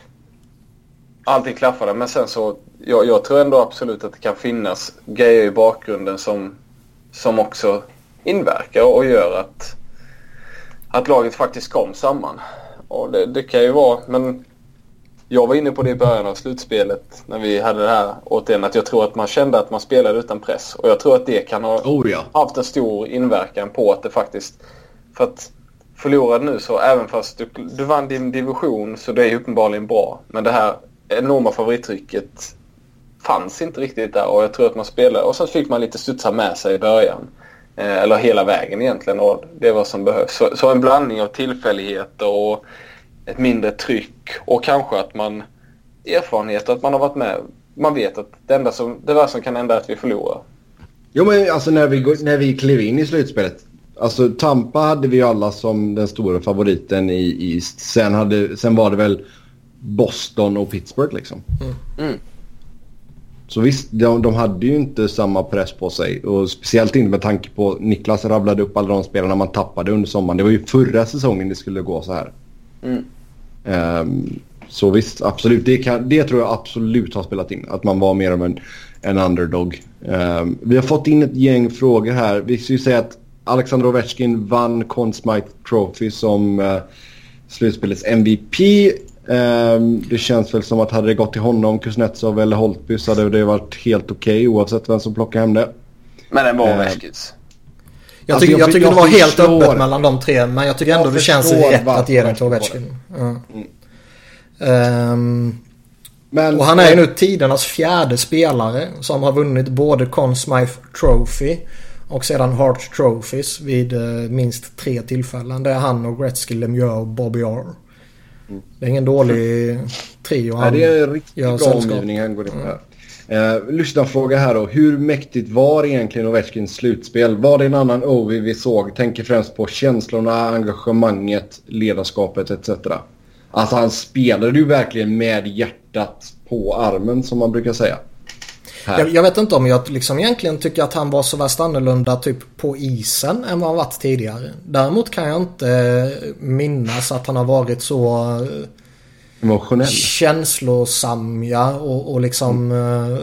allting klaffade. Men sen så, jag, jag tror ändå absolut att det kan finnas grejer i bakgrunden som, som också inverkar och gör att, att laget faktiskt kom samman. Och det, det kan ju vara, men jag var inne på det i början av slutspelet när vi hade det här återigen, att jag tror att man kände att man spelade utan press. Och jag tror att det kan ha oh, ja. haft en stor inverkan på att det faktiskt, för att förlorade nu så, även fast du, du vann din division så det är uppenbarligen bra. Men det här enorma favorittrycket fanns inte riktigt där, och jag tror att man spelade, och så fick man lite studsa med sig i början. Eh, eller hela vägen egentligen, och det var som behövs. Så, så en blandning av tillfälligheter och ett mindre tryck, och kanske att man erfarenhet att man har varit med. Man vet att det enda som, det var som kan hända att vi förlorar. Jo, men alltså när vi, när vi klev in i slutspelet, alltså Tampa hade vi alla som den stora favoriten i East. Sen, hade, sen var det väl Boston och Pittsburgh liksom. Mm. Mm. Så visst, de, de hade ju inte samma press på sig. Och speciellt inte med tanke på Niklas rabblade upp alla de spelarna man tappade under sommaren. Det var ju förra säsongen det skulle gå så här. Mm. Um, så visst, absolut. Det, kan, det tror jag absolut har spelat in. Att man var mer om en, en underdog. Um, vi har fått in ett gäng frågor här. Vi ska ju säga att Alexander Ovechkin vann Conn Smythe Trophy som uh, slutspelets M V P. Um, det känns väl som att hade det gått till honom, Kuznetsov eller Holtby, så hade det varit helt okej okay, oavsett vem som plockar hem det. Men den var uh, Ovechkins. Jag, tycker, alltså, jag tycker jag det var helt förstår. öppet mellan de tre, men jag tycker ändå jag det känns rätt att ge den till Ovechkin. Ja. Mm. Um, men, och han är ju nu tidernas fjärde spelare som har vunnit både Conn Smythe Trophy och sedan Hart Trophies vid uh, minst tre tillfällen. Det är han och Gretzky, Lemieux och Bobby Orr. Mm. Det är ingen dålig trio. Nej, det är en riktigt bra omgivning han går in på. Uh, lyssnarfråga här då. Hur mäktigt var egentligen Ovechkins slutspel? Var det en annan Ovi vi såg? Tänker främst på känslorna, engagemanget, ledarskapet et cetera. Alltså han spelade ju verkligen med hjärtat på armen, som man brukar säga. Jag, jag vet inte om jag liksom egentligen tycker att han var så värst annorlunda typ på isen än vad han varit tidigare. Däremot kan jag inte minnas att han har varit så emotionell, känslosam, ja, och, och liksom mm.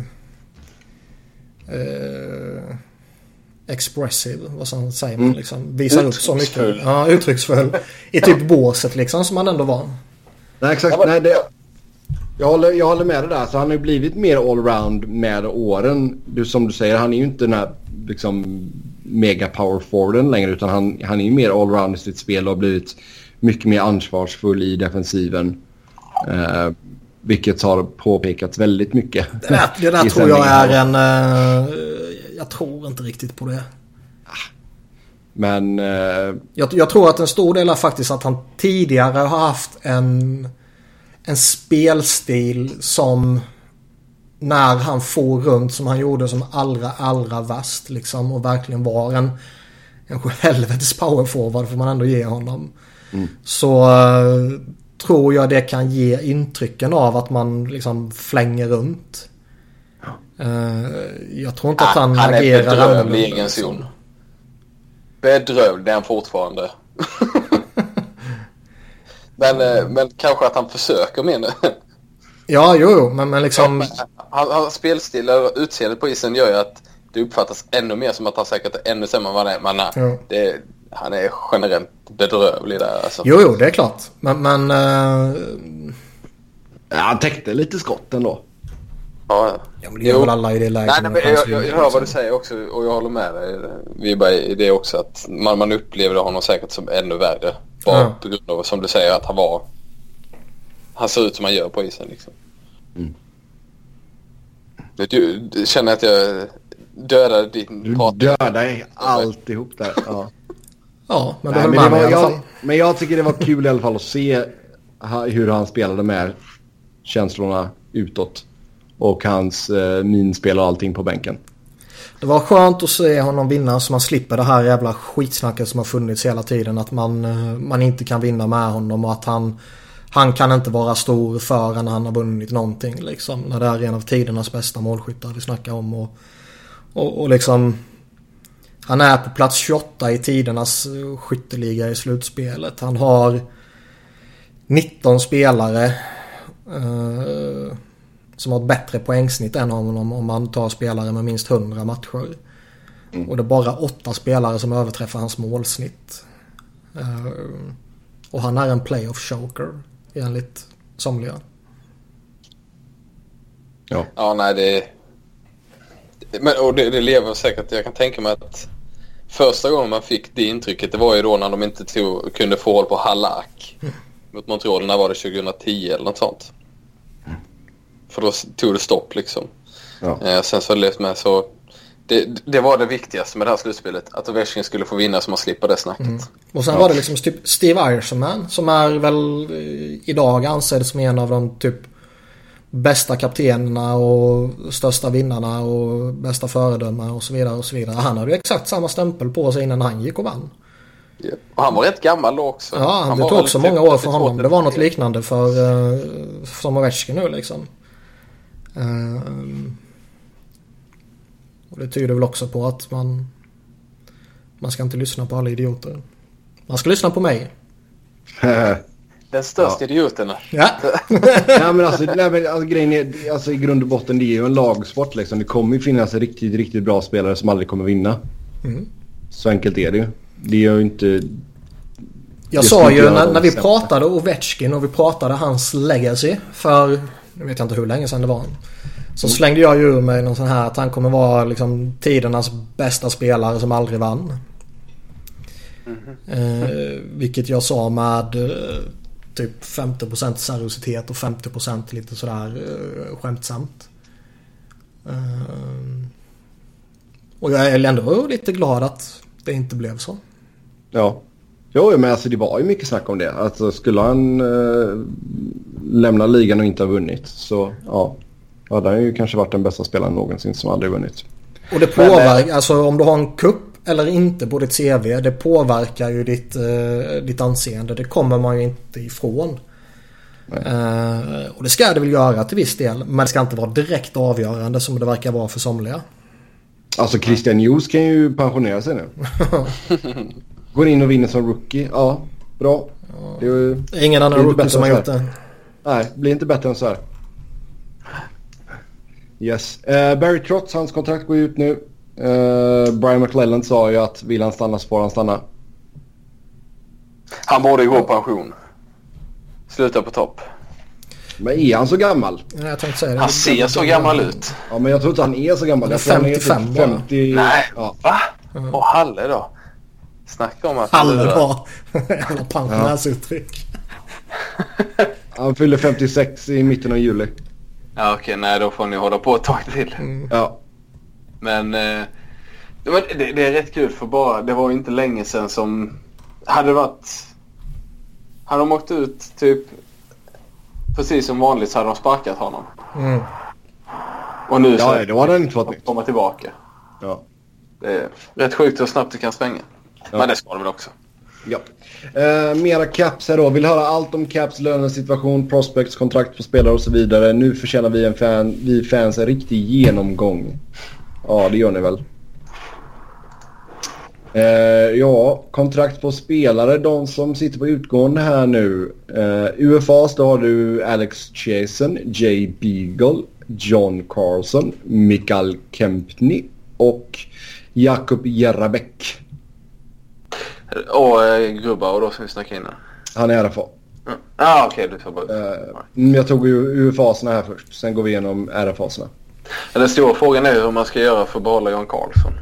uh, uh, expressive, vad som säger man, mm. liksom visar upp så mycket, ja, uttrycksfull i typ båset liksom, som han ändå var. Nej, exakt. Nej, det, jag, håller, jag håller med det där. Så han har ju blivit mer allround med åren. Du, som du säger, han är ju inte den här liksom mega power forwarden längre, utan han, han är ju mer allround i sitt spel och har blivit mycket mer ansvarsfull i defensiven. Uh, vilket har påpekats väldigt mycket. Det där, det där tror jag är en... Uh, jag tror inte riktigt på det. Men... Uh, jag, jag tror att en stor del är faktiskt att han tidigare har haft en, en spelstil som när han får runt, som han gjorde som allra, allra värst liksom, och verkligen var en, en helvetes powerforward, får man ändå ge honom. Mm. Så... Uh, tror jag det kan ge intrycken av att man liksom flänger runt. Ja. Uh, jag tror inte att han, han agerar annorlunda. Han är bedrövlig i egen zon. Bedrövlig, det är han fortfarande. men, men kanske att han försöker med det. Ja, jo, jo men, men liksom... Ja, han, han spelstil och utseendet på isen gör ju att det uppfattas ännu mer som att han säkert är ännu sämre än vad han är. Men nej, det, han är generellt bedrövlig där. Alltså. Jo, jo, det är klart. Men... men uh... ja, han täckte lite skott ändå. Ja, ja men det gör väl alla i det läget. Nej, nej, men jag, jag, jag hör vad du säger också och jag håller med dig. Vi är bara i det också att man, man upplevde honom säkert som ännu värre. Bara ja. På grund av, som du säger, att han var... Han ser ut som han gör på isen liksom. Mm. Du, du känner att jag dödade din du prat. Du dödade alltihop där. Ja, ja men, nej, men, det var, jag, men jag tycker det var kul i alla fall att se hur han spelade med känslorna utåt. Och hans eh, minspel och allting på bänken. Det var skönt att se honom vinna så man slipper det här jävla skitsnacket som har funnits hela tiden. Att man, man inte kan vinna med honom och att han, han kan inte vara stor förrän han har vunnit någonting. Liksom, när det är en av tidernas bästa målskyttar vi snackar om. Och, och, och liksom, han är på plats tjugoåtta i tidernas skytteliga i slutspelet. Han har nitton spelare eh, som har ett bättre poängsnitt än honom om man tar spelare med minst hundra matcher. Mm. Och det är bara åtta spelare som överträffar hans målsnitt. Uh, och han är en playoff choker enligt somliga. Ja, ja nej det, men, och det, det lever säkert. Jag kan tänka mig att första gången man fick det intrycket, det var ju då när de inte tog, kunde få håll på Halak mm. mot Montreal. När var det tjugohundratio eller något sånt? För då tog det stopp liksom. Ja. Eh, sen så har det levt med så... Det, det var det viktigaste med det här slutspelet. Att Ovechkin skulle få vinna så man slipper det snacket. Mm. Och sen ja. var det liksom typ Steve Yzerman som är väl idag ansedd som en av de typ bästa kaptenerna och största vinnarna och bästa föredömare och så vidare och så vidare. Han hade ju exakt samma stämpel på sig innan han gick och vann. Yeah. Och han var rätt gammal då också. Ja, han det tog också många år för honom. Det var något liknande för uh, som Ovechkin nu liksom. Uh, och det tyder väl också på att man man ska inte lyssna på alla idioter. Man ska lyssna på mig. Den största ja. idioten. Ja. Ja men alltså, nej, men, alltså grejen är, alltså i grund och botten det är ju en lagsport liksom. Det kommer ju finnas riktigt riktigt bra spelare som aldrig kommer vinna. Mm. Så enkelt är det ju. Det är ju inte. Jag sa ju när, när vi pratade Ovechkin och vi pratade hans legacy för jag vet inte hur länge sedan det var. Så mm. slängde jag ju ur mig någon sån här att han kommer vara liksom tidernas bästa spelare som aldrig vann. Mm-hmm. Eh, vilket jag sa med eh, typ femtio procent seriositet och femtio procent lite sådär eh, skämtsamt. Eh, och jag är ändå lite glad att det inte blev så. Ja. Jo, men alltså det var ju mycket snack om det. Alltså skulle han eh, lämna ligan och inte ha vunnit så ja, ja det har ju kanske varit den bästa spelaren någonsin som aldrig vunnit. Och det påverkar, men, alltså om du har en kupp eller inte på ditt C V, det påverkar ju ditt, eh, ditt anseende. Det kommer man ju inte ifrån. Eh, och det ska det väl göra till viss del, men det ska inte vara direkt avgörande som det verkar vara för somliga. Alltså Christian Hughes kan ju pensionera sig nu. Går in och vinner som rookie. Ja, bra. Ja. Det är ju, ingen annan rookie som har gjort det. Nej, blir inte bättre än så här. Yes. Uh, Barry Trotz, hans kontrakt går ut nu. Uh, Brian McClelland sa ju att vill han stanna så får han stanna. Han borde ju gå på pension. Sluta på topp. Men är han så gammal? Ja, jag tänkte säga det. Han ser så gammal ut. Ja, men jag tror inte han är så gammal. Han är femtiofem han är femtio. Nej, ja. va? Mm. Och Halle då? Snacka om att... Halle då? Jävla pensionärsuttryck. Han fyller femtiosex i mitten av juli. Ja, okej. Okay, nej, då får ni hålla på ett tag till. Mm. Ja. Men, eh, det, det är rätt kul för bara... Det var inte länge sedan som... Hade varit... Hade de åkt ut typ... Precis som vanligt så hade de sparkat honom. Mm. Och nu så... Ja, då hade han inte fått nytt. Komma tillbaka. Ja. Det är rätt sjukt hur snabbt det kan svänga. Ja. Men det ska det väl också. Ja. Uh, mera Caps här då. Vill höra allt om Caps lönesituation, prospects, kontrakt på spelare och så vidare. Nu förtjänar vi en fan, vi fans en riktig genomgång. Ja, det gör ni väl. Uh, ja, kontrakt på spelare. De som sitter på utgående här nu. Uh, U F As, då har du Alex Chiasson, Jay Beagle, John Carlson, Mikael Kempny och Jakob Jarabek. Och äh, Grubauer då som vi snackade innan. Han är i alla fall. Ja, ah, okej. Okay, du tar bara... Uh, jag tog ju U F-faserna här först. Sen går vi igenom R F-faserna. Den stora frågan är hur man ska göra för att behålla John Carlson.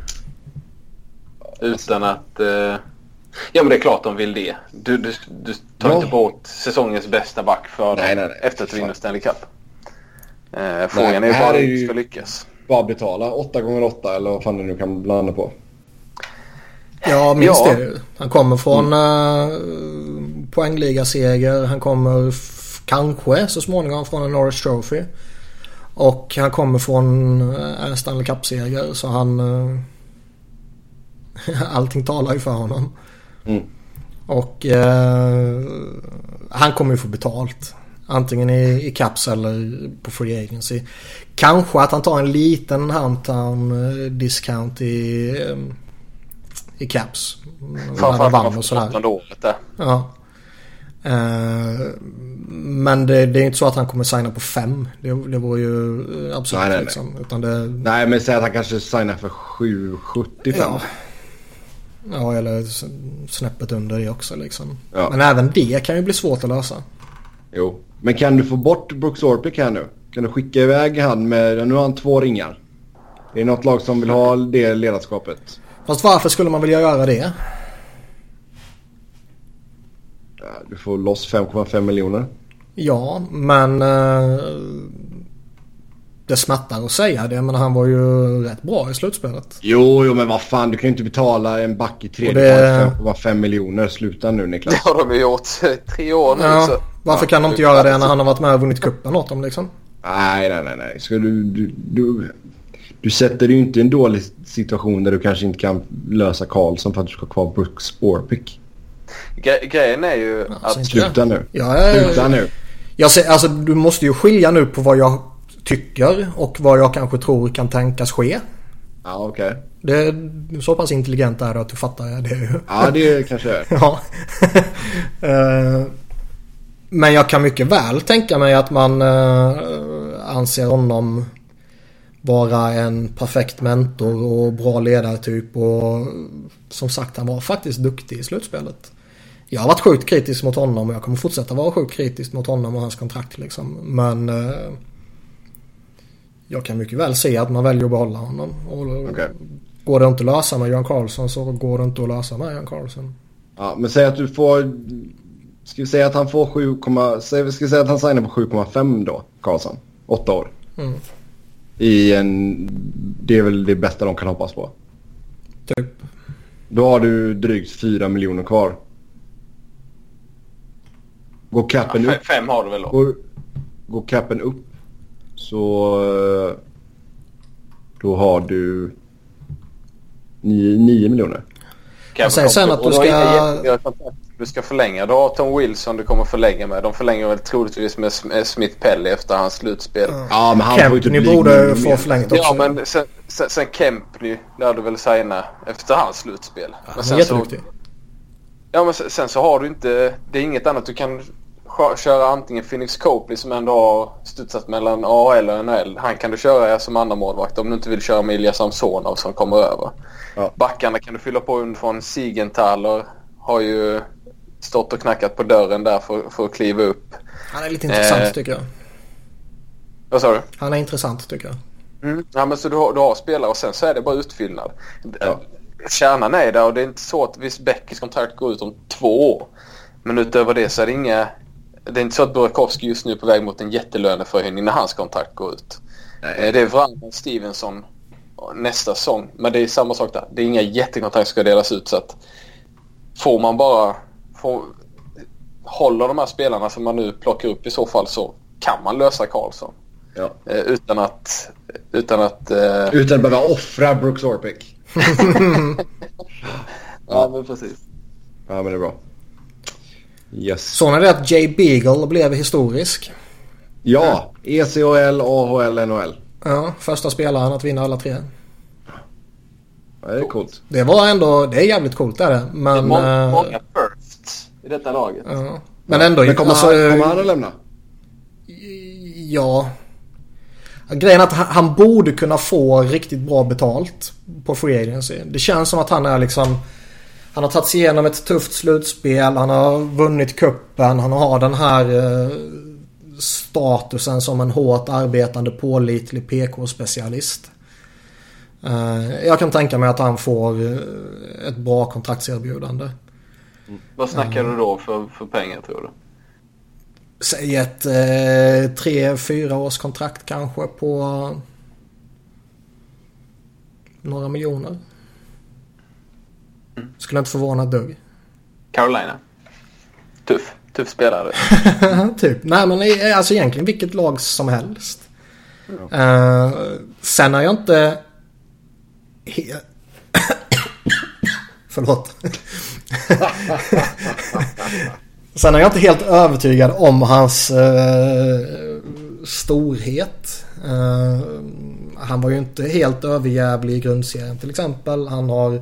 Utan att... Uh... Ja, men det är klart de vill det. Du, du, du tar ja. inte bort säsongens bästa back för nej, nej, nej. efter att vinna Stanley Cup. Uh, frågan nej, är bara hur det ska lyckas. Bara betala åtta gånger åtta eller vad fan du nu kan blanda på. Ja, minst ja. det. Han kommer från mm. uh, poängligaseger. Han kommer f- kanske så småningom från en Norris Trophy. Och han kommer från uh, en Stanley Cup-seger. Så han... Uh, allting talar ju för honom. Mm. Och uh, han kommer ju få betalt. Antingen i, i Caps eller på Free Agency. Kanske att han tar en liten Hometown uh, discount i... Um, i Caps. Framförallt vann och sådär. Året där. Ja. Uh, men det, det är inte så att han kommer signa på fem. Det, det var ju absurt nej, nej, liksom. Nej. Utan det... nej, men säg att han kanske signar för sju sjuttiofem. Ja. ja, eller snäppet under det också liksom. Ja. Men även det kan ju bli svårt att lösa. Jo. Men kan du få bort Brooks Orpik här nu? Kan du skicka iväg han med... Nu har han två ringar. Är det något lag som vill ha det ledarskapet? Fast varför skulle man vilja göra det? Ja, du får loss fem komma fem miljoner. Ja, men uh, det smärtar att säga det. Men han var ju rätt bra i slutspelet. Jo, jo men vad fan. Du kan ju inte betala en back i tredje det... fem komma fem miljoner. Sluta nu, Niklas. Det har de ju gjort tre år nu. Ja, så. Varför ja, kan de inte göra det när han har varit med och vunnit kuppen åt dem liksom? Nej, nej, nej. nej. Ska du... du, du... Du sätter dig ju inte i en dålig situation där du kanske inte kan lösa Karlsson för att du ska kvar Brooks Orpik. Gre- grejen är ju ja, att... Sluta nu. Ja, jag, Sluta nu. Jag ser, alltså, du måste ju skilja nu på vad jag tycker och vad jag kanske tror kan tänkas ske. Ja, okej. Okay. Det är så pass intelligent är det att du fattar det ju. Ja, det kanske är. Ja. Men jag kan mycket väl tänka mig att man anser honom vara en perfekt mentor och bra ledartyp och som sagt han var faktiskt duktig i slutspelet. Jag har varit sjukt kritisk mot honom och jag kommer fortsätta vara sjukt kritisk mot honom och hans kontrakt liksom. Men eh, jag kan mycket väl se att man väljer att behålla honom. Och okay. Går det inte att lösa med John Carlson så går det inte att lösa med John Carlson. Ja, men säg att du får... Ska vi säga att han får sju, ska vi säga att han signar på sju komma fem då, Carlson. Åtta år. Mm. I en... Det är väl det bästa de kan hoppas på. Typ. Då har du drygt fyra miljoner kvar. Går capen ja, upp... Fem har du väl då? Går, går capen upp så... Då har du... Nio, nio miljoner. Jag säger sen att du ska... Du ska förlänga. Då har Tom Wilson du kommer förlänga med. De förlänger väl troligtvis med Smith Pelly efter hans slutspel. Ja, men han Kemp, får ju ni borde få förlängt också. Ja, men sen, sen, sen Kempny lär du väl signa efter hans slutspel. Ja, men sen jätteduktig. Så, ja, men sen, sen så har du inte... Det är inget annat. Du kan köra antingen Phoenix Copley som ändå har studsat mellan A L och N H L. Han kan du köra som andra målvakt om du inte vill köra med Ilja Samsonov som kommer över. Ja. Backarna kan du fylla på från Siegenthaler. Har ju stått och knackat på dörren där för, för att kliva upp. Han är lite intressant eh, tycker jag. Vad sa du? Han är intressant tycker jag. Mm. Ja, men så du har, du har spelare och sen så är det bara utfyllnad. Ja. Kärnan är där och det är inte så att visst Beckys kontrakt går ut om två år. Men utöver det så är det inga... Det är inte så att Burakovsky just nu är på väg mot en jättelöneförhöjning när hans kontrakt går ut. Nej. Det är Vrana Stevenson nästa säsong. Men det är samma sak där. Det är inga jättekontrakt som ska delas ut så att får man bara får, håller de här spelarna som man nu plockar upp i så fall så kan man lösa Karlsson. Ja. Eh, utan att utan att eh... utan att behöva offra Brooks Orpik. Ja, men precis. Ja, men det är bra. Yes. Så när det att Jay Beagle blev historisk. Ja, E C H L, A H L, N H L. Ja, första spelaren att vinna alla tre. Ja, det är coolt. Det var ändå, det är jävligt coolt är det. Men, det är många, äh, många firsts i detta laget. Ja. Men ändå. Men kommer, alltså, han, kommer han att lämna? Ja. Grejen är att han, han borde kunna få riktigt bra betalt på free agency. Det känns som att han är liksom, han har tagit sig igenom ett tufft slutspel. Han har vunnit kuppen. Han har den här eh, statusen som en hårt arbetande pålitlig P K-specialist. Eh, jag kan tänka mig att han får eh, ett bra kontraktserbjudande. Mm. Vad snackar mm. du då för, för pengar tror du? Säg ett eh, tre, fyra års kontrakt kanske på några miljoner. Mm. Skulle inte förvåna ett dugg. Carolina. Tuff. Tuff spelare. Typ. Nej men alltså egentligen vilket lag som helst. Mm. Uh, sen är jag inte he- Förlåt. Sen är jag inte helt övertygad om hans uh, storhet. Uh, han var ju inte helt överjävlig i grundserien till exempel. Han har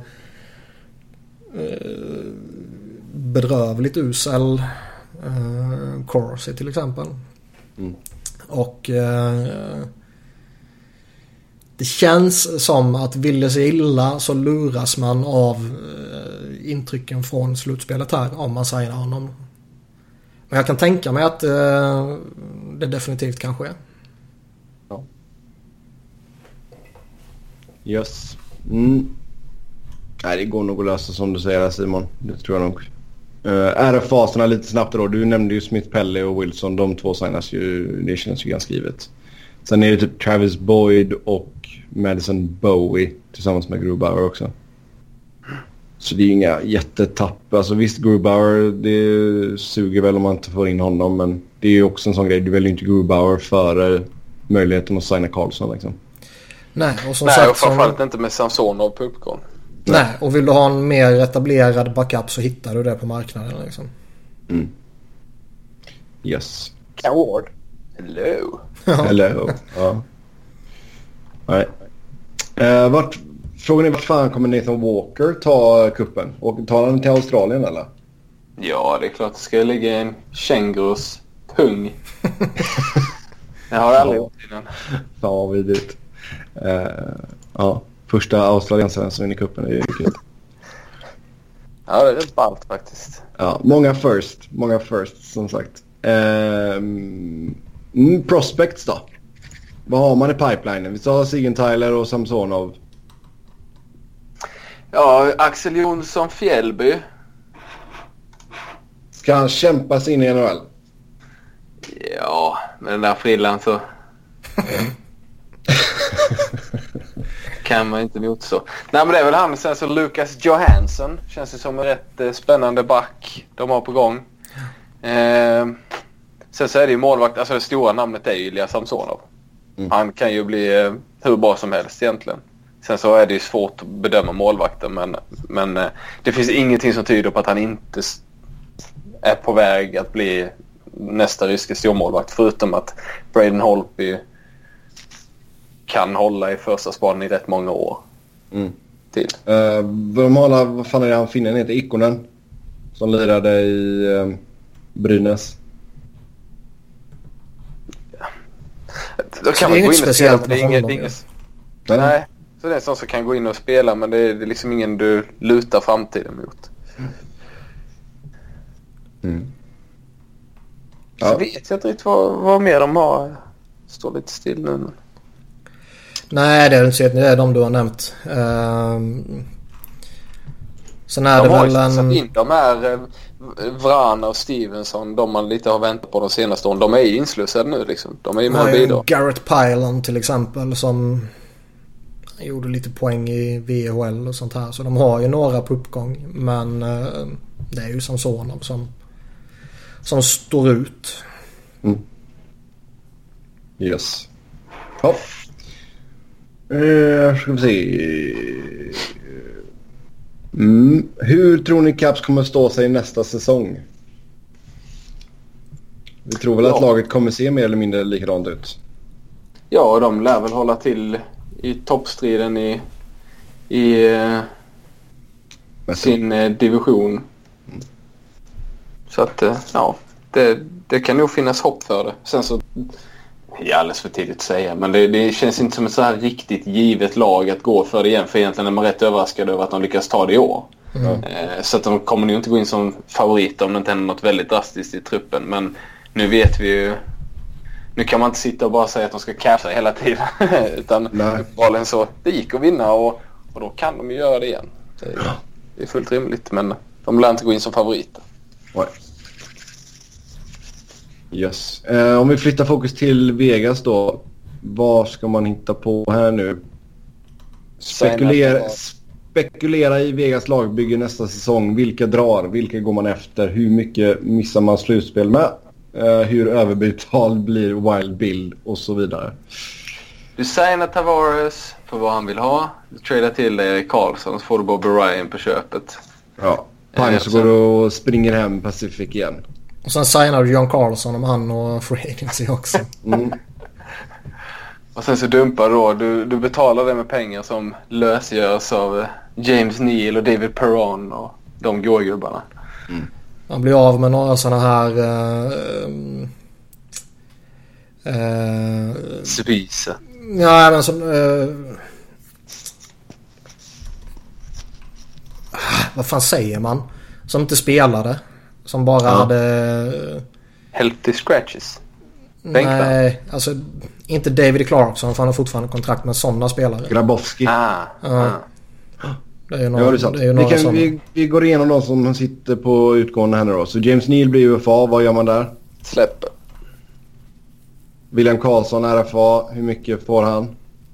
uh, bedrövligt usel uh, Corsi till exempel. Mm. Och uh, det känns som att vill det sig illa så luras man av uh, intrycken från slutspelet här om man säger honom. Men jag kan tänka mig att uh, det definitivt kan ske. Ja. Yes. Mm. Nej, det går nog att lösa som du säger Simon. Det tror jag nog. Uh, R F-faserna lite snabbt då. Du nämnde ju Smith Pelly och Wilson. De två signas ju. Det känns ju ganska givet. Sen är det typ Travis Boyd och Madison Bowie tillsammans med Grubauer också. Så det är ju inga jättetapp. Alltså visst, Grubauer, det suger väl om man inte får in honom. Men det är ju också en sån grej. Du väljer ju inte Grubauer före möjligheten att signa Karlsson liksom. Nej, och som Nej, sagt, och framförallt som... inte med Samsonov på uppgång. Nej, och vill du ha en mer etablerad backup så hittar du det på marknaden liksom. Mm. Yes. Coward. Hello. Hello. Ja. Nej. Uh, vart, frågan är vart fan kommer Nathan Walker ta kuppen? Och tar han till Australien eller? Ja, det är klart det ska ligga en kängurus pung. Det har jag aldrig gjort innan. Fan vad vidrigt. Uh, ja, första australiensaren som vinner kuppen är ju kul. Ja, det är rätt ballt faktiskt. Ja, många first. Många first som sagt. Um, prospects då? Vad har man i pipelinen? Vi sa Sigenthaler och Samsonov. Ja, Axel Jonsson Fjällby. Ska han kämpa sig in i N H L? Ja, med den där frillan så kan man inte motstå. Nej, men det är väl han sen så Lucas Johansson. Känns det som en rätt eh, spännande back de har på gång. Eh, sen så är det ju målvakt, alltså det stora namnet är ju Ilja Samsonov. Mm. Han kan ju bli eh, hur bra som helst egentligen. Sen så är det ju svårt att bedöma målvakten, men, men eh, det finns ingenting som tyder på att han inte är på väg att bli nästa ryska stormålvakt, förutom att Braden Holtby kan hålla i första spaden i rätt många år mm. till. Uh, de håller, vad fan är det han finnen heter? Ikonen som lirade i uh, Brynäs. Ja. Då kan man gå in och spela, det är inget, inget, nej. nej, så det är sån som kan gå in och spela, men det är, det är liksom ingen du lutar framtiden mot. Mm. Så ja. Vet jag inte riktigt vad, vad mer de har. Står lite still nu. Men... Nej, det är inte det är de du har nämnt. Um... Sen är de det har väl en... satt in de här eh, Vrana och Stevenson, de man lite har väntat på de senaste åren. De är ju inslussade nu liksom. De är ju med och bidrar. Garrett Pylon till exempel som gjorde lite poäng i V H L och sånt här. Så de har ju några på uppgång. Men uh, det är ju som Samsonov som som står ut. Mm. Yes. Ja. Eh, ska vi se. Mm. Hur tror ni Caps kommer stå sig nästa säsong? Vi tror väl ja. att laget kommer se mer eller mindre likadant ut. Ja, de lär väl hålla till i toppstriden i, i uh, sin uh, division. Mm. Så att, uh, ja, det, det kan nog finnas hopp för det. Sen så, det är alldeles för tidigt att säga, men det, det känns inte som ett så här riktigt givet lag att gå för det igen. För egentligen är man rätt överraskad över att de lyckas ta det i år. Mm. Uh, så att de kommer nog inte gå in som favorit om det inte händer något väldigt drastiskt i truppen. Men nu vet vi ju, nu kan man inte sitta och bara säga att de ska casha hela tiden. Utan uppenbarligen så, det gick att vinna och, och då kan de ju göra det igen. Det är, det är fullt rimligt, men de lär inte gå in som favoriter. Nej. Yes. Eh, om vi flyttar fokus till Vegas då. Vad ska man hitta på här nu? Spekulera, spekulera i Vegas lagbygge nästa säsong. Vilka drar? Vilka går man efter? Hur mycket missar man slutspel med? Uh, hur överbetald blir Wild Bill och så vidare. Du signar Tavares för vad han vill ha. Du tradar till Erik Karlsson så får du Bobby Ryan på köpet. Ja, pang så går du och springer hem Pacific igen. Och sen signar du John Carlson om han och Free Agency också. Mm. Och sen så dumpar då, du, du betalar det med pengar som lösgörs av James Neal och David Perron och de gågubbarna. Mm. Man blir av med några sådana här uh, uh, Svisa. Ja, men som uh, vad fan säger man? Som inte spelade. Som bara ja. hade uh, healthy scratches. Bänkta. Nej, alltså inte David Clarkson för han har fortfarande kontrakt med sådana spelare. Grabowski. Ah, uh, ah. Det är ju några, ja, det är ju några vi, kan, vi, vi går igenom de som sitter på utgående här nu då. Så James Neal blir U F A. Vad gör man där? Släpper. William Karlsson R F A. Hur mycket får han?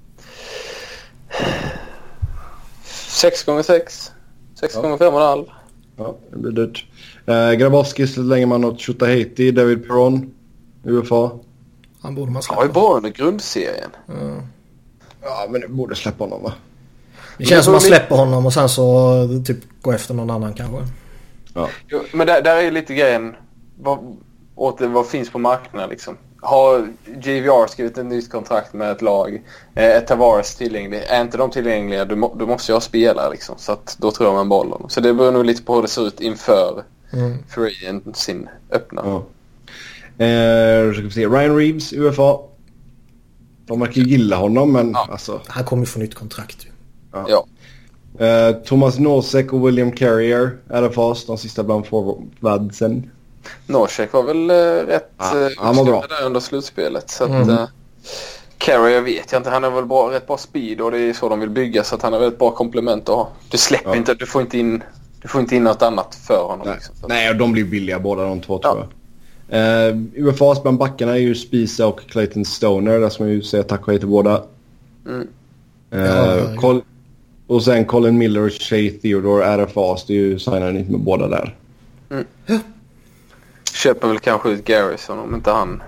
sex gånger sex. sex ja. gånger fem och en halv. Ja, det blir dyrt. Eh, Grabowski så länge man åt Chutahaty. David Perron. U F A. Han borde man släppa. Ja, i bara under grundserien. Mm. Ja, men du borde släppa honom va? Det känns som att man släpper honom och sen så typ gå efter någon annan kanske. Ja. Jo, men där, där är lite grejen. Vad, åt det, vad finns på marknaden liksom? Har J V R skrivit ett nytt kontrakt med ett lag? Är Tavares tillgänglig? Är inte de tillgängliga? Du, må, du måste ju ha spelare liksom. Så att då tror jag man bollar dem. Så det beror nog lite på hur det ser ut inför mm. Free sin öppna. Ja. Eh, ska vi se. Ryan Reeves, U F A. De verkar gilla honom men ja. alltså... Han kommer ju få nytt kontrakt ju. Ja. ja. Uh, Thomas Nosek och William Carrier är fast de sista bland forwardsen. Nosek var väl uh, rätt ah, uh, han var bra där under slutspelet så mm. att uh, Carrier vet jag inte, han är väl bra, rätt bra speed och det är så de vill bygga så att han är väldigt bra komplement att ha. Du släpper ja. inte, du får inte in du får inte in något annat för honom. Nej, liksom, Nej och de blir billiga båda de två ja. tror jag. Uh, U F A's bland backarna är ju Spisa och Clayton Stoner, där ska man ju säga tack och hej till båda. Mm. Uh, ja, Col- och sen Colin Miller och Shea Theodore R F A's, det är ju signar inte med båda där. Mm. Ja. Köper väl kanske ut Garrison om inte han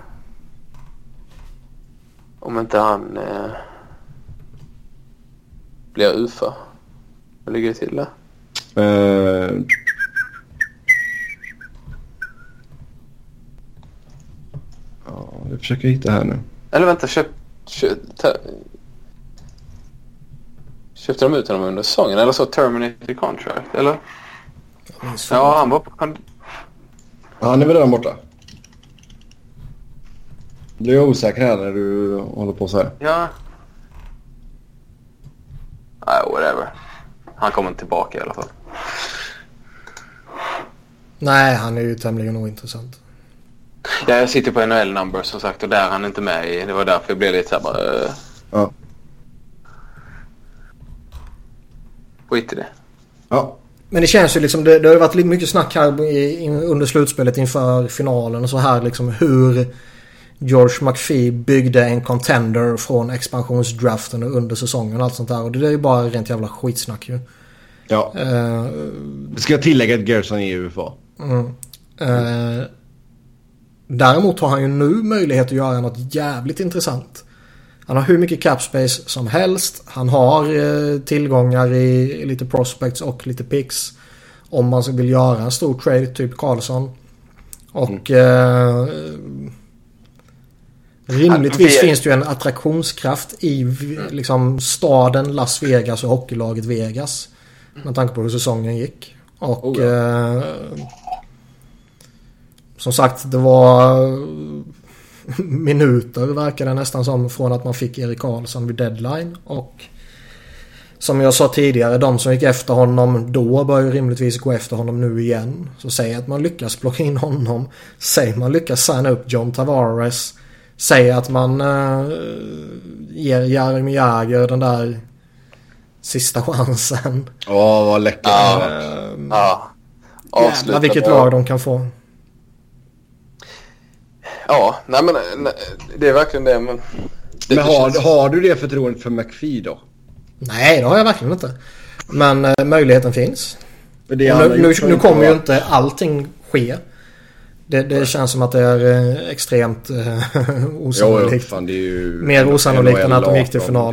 om inte han eh, blir U F A. Vad ligger det till där? Uh, ja, jag försöker hitta här nu. Eller vänta, köp, köp ta, köpte de ut honom under säsongen eller så terminated contract eller? Ja, han var på han... ja, han är väl redan borta. Blir jag osäker här när du håller på så här. Ja. Nej, whatever. Han kommer inte tillbaka i alla fall. Nej, han är ju tämligen ointressant. Ja, jag sitter på N H L numbers som sagt och där är han inte med i. Det var därför jag blev lite så här bara... Uh... Ja. Skit i det. Ja. Men det känns ju liksom, det, det har ju varit mycket snack här i, under slutspelet inför finalen och så här liksom hur George McPhee byggde en contender från expansionsdraften under säsongen och allt sånt där. Och det är ju bara rent jävla skitsnack ju. Ja. Uh, det ska jag tillägga att Gerson är i U F A. Mm. Uh, däremot har han ju nu möjlighet att göra något jävligt intressant. Han har hur mycket cap space som helst. Han har eh, tillgångar i, i lite prospects och lite picks. Om man så vill göra en stor trade, typ Karlsson. Och mm. eh, rimligtvis ja, finns det ju en attraktionskraft i liksom, staden Las Vegas och hockeylaget Vegas. Med tanke på hur säsongen gick. Och oh ja. eh, som sagt, det var minuter verkade nästan som från att man fick Erik Karlsson vid deadline. Och som jag sa tidigare, de som gick efter honom då bör ju rimligtvis gå efter honom nu igen. Så säg att man lyckas plocka in honom. Säg man lyckas signa upp John Tavares. Säg att man äh, ger Jaromir Jagr den där sista chansen. Åh, vad läckert. Ja, äh, ja. Jävlar vilket lag de kan få. Ja, nej men nej, det är verkligen det. Men, det men har, känns... har du det förtroendet för McPhee då? Nej, det har jag verkligen inte. Men äh, möjligheten finns. Det nu nu, nu kommer ju inte allting ske. Det, det känns som att det är eh, extremt eh, osannolikt. Jo, fan, det är ju mer osannolikt än att de gick till final.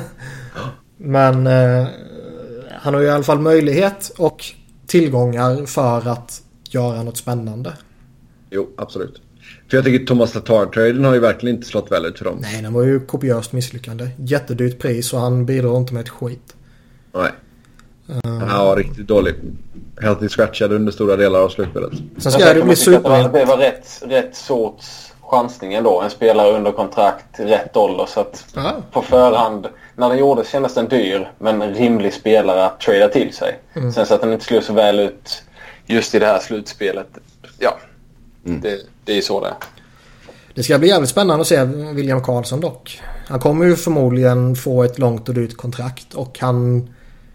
Men eh, han har ju i alla fall möjlighet och tillgångar för att göra något spännande. Jo, absolut. För jag tycker Thomas Tatar-traden har ju verkligen inte slått väl ut för dem. Nej, den var ju kopiöst misslyckande. Jättedyrt pris och han bidrar inte med ett skit. Nej. Uh, han var riktigt dålig. Helt scratchad under stora delar av slutspelet. Sen ska det bli super. Det var rätt, rätt sorts chansning ändå. En spelare under kontrakt, rätt ålder. Så att uh. på förhand, när den gjorde kändes den dyr. Men en rimlig spelare att trada till sig. Mm. Sen så att den inte slår så väl ut just i det här slutspelet. Ja, mm. det, det är så det är. Det ska bli jävligt spännande att se William Karlsson dock. Han kommer ju förmodligen få ett långt och dyrt kontrakt. Och han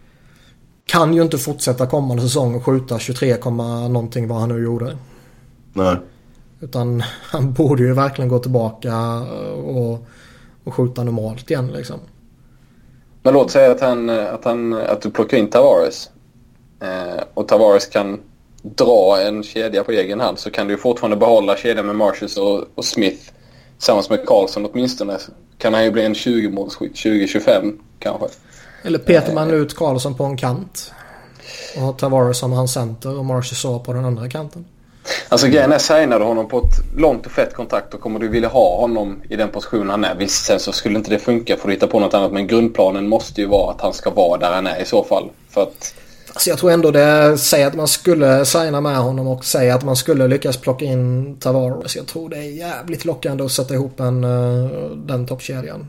kan ju inte fortsätta kommande säsong och skjuta tjugotre, någonting vad han nu gjorde. Nej. Utan han borde ju verkligen gå tillbaka och, och skjuta normalt igen liksom. Men låt säga att, han, att, han, att du plockar in Tavares. Eh, och Tavares kan dra en kedja på egen hand, så kan du ju fortfarande behålla kedjan med Marshes och, och Smith tillsammans med Karlsson åtminstone. Kan han ju bli en tjugo-målsskytt, tjugo tjugofem kanske. Eller petar man ut Karlsson på en kant och har Tavares som hans center och Marshes på den andra kanten. Alltså grejen är, signar du honom på ett långt och fett kontrakt, då kommer du vilja ha honom i den positionen han är. Visst, sen så skulle inte det funka för att hitta på något annat, men grundplanen måste ju vara att han ska vara där han är i så fall. För att... Alltså jag tror ändå det säger att man skulle signa med honom och säga att man skulle lyckas plocka in Tavares. Jag tror det är jävligt lockande att sätta ihop en, den toppkedjan.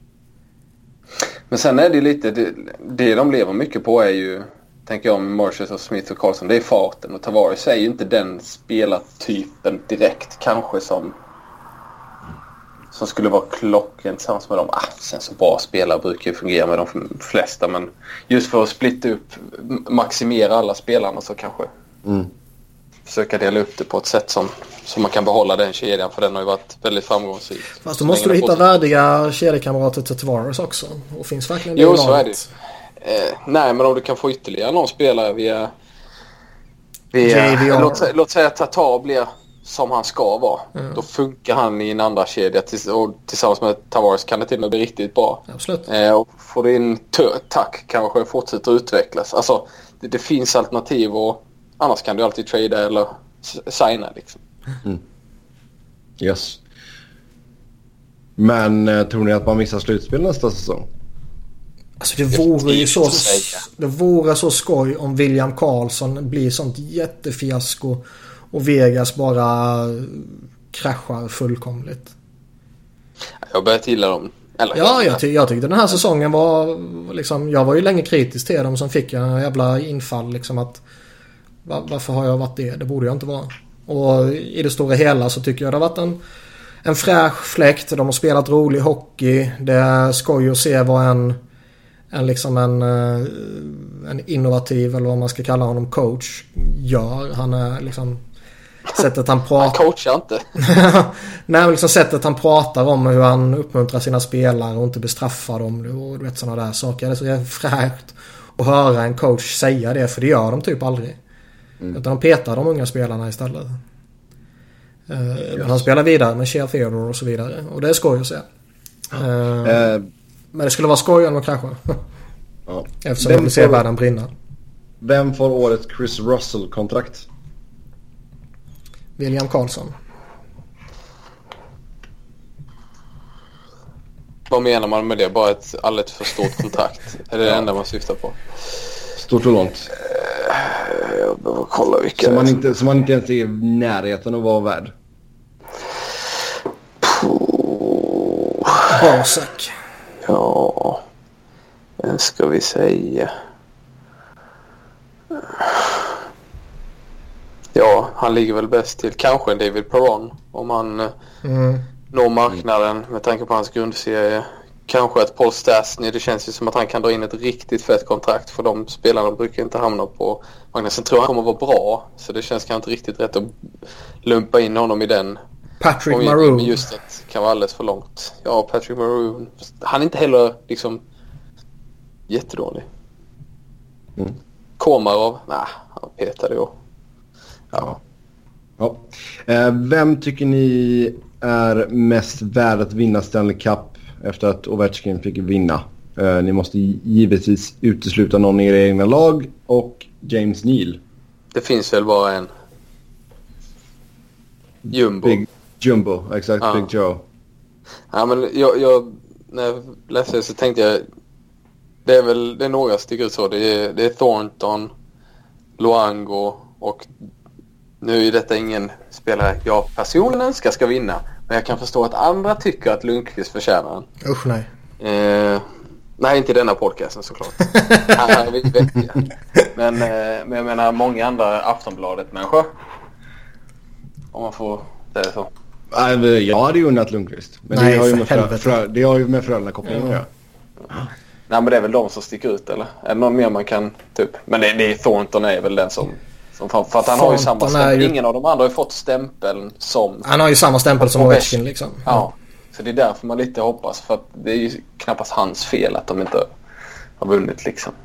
Men sen är det lite, det, det de lever mycket på är ju, tänker jag, med Marshes och Smith och Karlsson, det är farten. Och Tavares är ju inte den spelartypen direkt kanske som som skulle vara klocken tillsammans med dem. Ah, sen så bra spelare brukar ju fungera med de flesta, men just för att splitta upp, maximera alla spelarna, så kanske mm. försöka dela upp det på ett sätt som, som man kan behålla den kedjan, för den har ju varit väldigt framgångsrik. Fast då måste du hitta värdiga kedjekamrater till Tavares också. Och finns verkligen det? Jo, så är det. Eh, nej, men om du kan få ytterligare någon spelare via, via låt, låt säga att Tatar blir som han ska vara. Mm. Då funkar han i en andra kedja tills, och tillsammans med Tavares kan det till och med bli riktigt bra. Absolut. Eh, och får du in tö- tack kanske fortsätter utvecklas. Alltså, det, det finns alternativ, och annars kan du alltid trada eller signa liksom. Mm. Yes. Men eh, tror ni att man missar slutspel nästa säsong? Alltså det vore ju så, det vore så skoj om William Karlsson blir sånt jättefiasko och Vegas bara kraschar fullkomligt. Jag börjar gilla dem. Eller, ja, jag, ty- jag tyckte den här säsongen var liksom, jag var ju länge kritisk till dem som fick en jävla infall liksom, att var, varför har jag varit det? Det borde jag inte vara. Och i det stora hela så tycker jag det har varit en en fräsch fläkt. De har spelat rolig hockey. Det är skoj att se vad en en liksom en en innovativ, eller vad man ska kalla honom, coach gör. Han är liksom sättet han pratar. Han coachar inte. Nej, liksom sättet han pratar om hur han uppmuntrar sina spelare och inte bestraffar dem och du vet sådana där saker. Det är så fräscht att höra en coach säga det, för det gör de typ aldrig. Mm. Utan de petar de unga spelarna istället. Uh, yes. Han spelar vidare med Shea Theodore och så vidare. Och det är skoj att se. Uh, uh, men det skulle vara skoj ändå kanske. Ja. Eftersom vem man vill se världen brinna. Vem får årets Chris Russell-kontrakt? William Karlsson. Vad menar man med det? Bara ett alldeles för stort kontrakt? Är det det enda man syftar på? Stort och långt. Jag behöver kolla vilka... Som man inte, som man inte ens är i närheten att vara värd. Basak. Ja... Vem ska vi säga? Ja, han ligger väl bäst till. Kanske en David Perron. Om han mm. når marknaden med tanke på hans grundserie. Kanske ett Paul Stastny. Det känns ju som att han kan dra in ett riktigt fett kontrakt. För de spelarna brukar inte hamna på marknaden. Sen tror jag han kommer vara bra. Så det känns kanske inte riktigt rätt att lumpa in honom i den. Patrick Maroon. Just att det kan vara alldeles för långt. Ja, Patrick Maroon. Han är inte heller liksom jättedålig. Mm. Komarov. Nej, han petade ju. Ja. Ja. Eh, vem tycker ni är mest värd att vinna Stanley Cup efter att Ovechkin fick vinna? Eh, ni måste givetvis utesluta någon i era egna lag och James Neal. Det finns väl bara en. Jumbo. Big Jumbo, exakt. Ja. Big Joe. Ja, men jag, jag när jag läste det så tänkte jag det är väl det är några sticker ut så. Det är, det är Thornton, Luango och nu är detta ingen spelare jag personligen ska ska vinna. Men jag kan förstå att andra tycker att Lundqvist förtjänar den. Usch nej. Eh, nej, inte i denna podcasten såklart. Här vi vettiga. Men, eh, men jag menar många andra Aftonbladet-människor. Om man får säga så. Jag hade ju unnat Lundqvist. Men nej, det, har ju med frö, frö, det har ju med Frölunda-kopplingen att göra. Nej, men det är väl de som sticker ut, eller? Är det någon mer man kan, typ? Men det, det är Thornton är väl den som... som för att han Thornton har ju samma stämpel. Ju... Ingen av de andra har ju fått stämpeln som... Han har ju samma stämpel som Ovechkin, liksom. Ja. ja, så det är därför man lite hoppas. För att det är ju knappast hans fel att de inte har vunnit, liksom.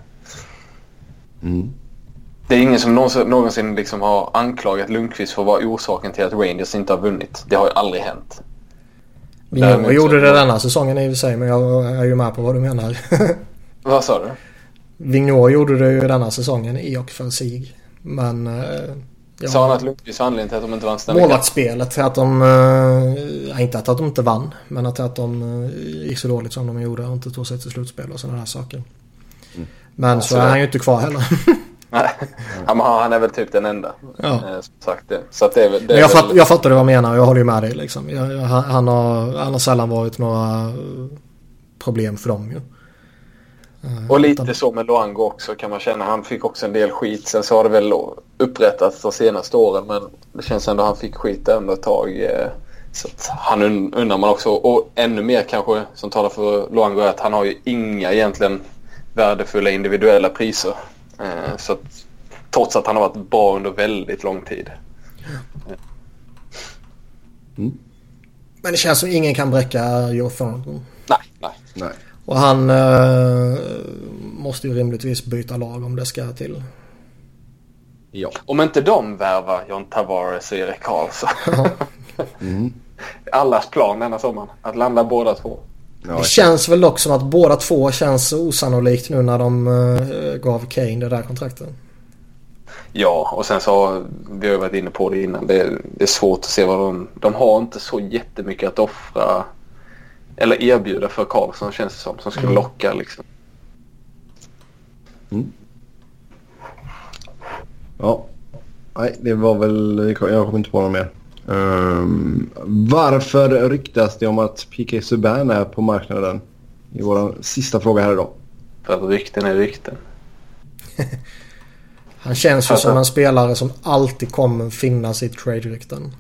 Mm. Det är ingen som någonsin, någonsin liksom har anklagat Lundqvist för att vara orsaken till att Rangers inte har vunnit. Det har ju aldrig hänt. Jag gjorde det denna säsongen i och för sig, men jag är ju med på vad du menar. Vad sa du? Vignor gjorde det ju denna säsongen i och för sig. Men... Ja, sa han att Lundqvist var anledningen till att de inte vann stämningen? Målvaktsspelet, att de... Äh, inte att de inte vann, men att, att de äh, gick så dåligt som de gjorde och inte tog sig till slutspel och sådana här saker. Mm. Men ja, så, så är han ju inte kvar heller. Nej, han är väl typ den enda. Ja. Som sagt det. Så att det är, det är jag, väl... fatt, jag fattar det vad du menar. Jag håller ju med dig liksom. Jag, jag, han, har, han har sällan varit några problem för dem ju. Och lite Utan... så med Luango också kan man känna. Han fick också en del skit. Sen så har det väl upprättats de senaste åren. Men det känns ändå att han fick skit ändå ett tag. Så att han undrar man också. Och ännu mer kanske som talar för Luango är att han har ju inga egentligen värdefulla individuella priser. Så att, trots att han har varit bra under väldigt lång tid. Mm. Men det känns som ingen kan bräcka Joe Thornton. Nej, nej, nej. Och han äh, måste ju rimligtvis byta lag om det ska till. Ja. Om inte de värvar John Tavares och Erik Karlsson. mm. Allas plan denna sommaren. Att landa båda två. Ja, det känns väl dock som att båda två känns osannolikt nu när de uh, gav Kane det där kontraktet. Ja, och sen så vi har varit inne på det innan. Det är, det är svårt att se vad de... De har inte så jättemycket att offra eller erbjuda för Karlsson, känns det som. Som skulle mm. locka liksom. Mm. Ja. Nej, det var väl... Jag kommer inte på något mer. Um, varför ryktas det om att P K Subban är på marknaden? I vår sista fråga här idag. För att rykten är rykten. Han känns ju som en spelare som alltid kommer finnas i trade-rykten.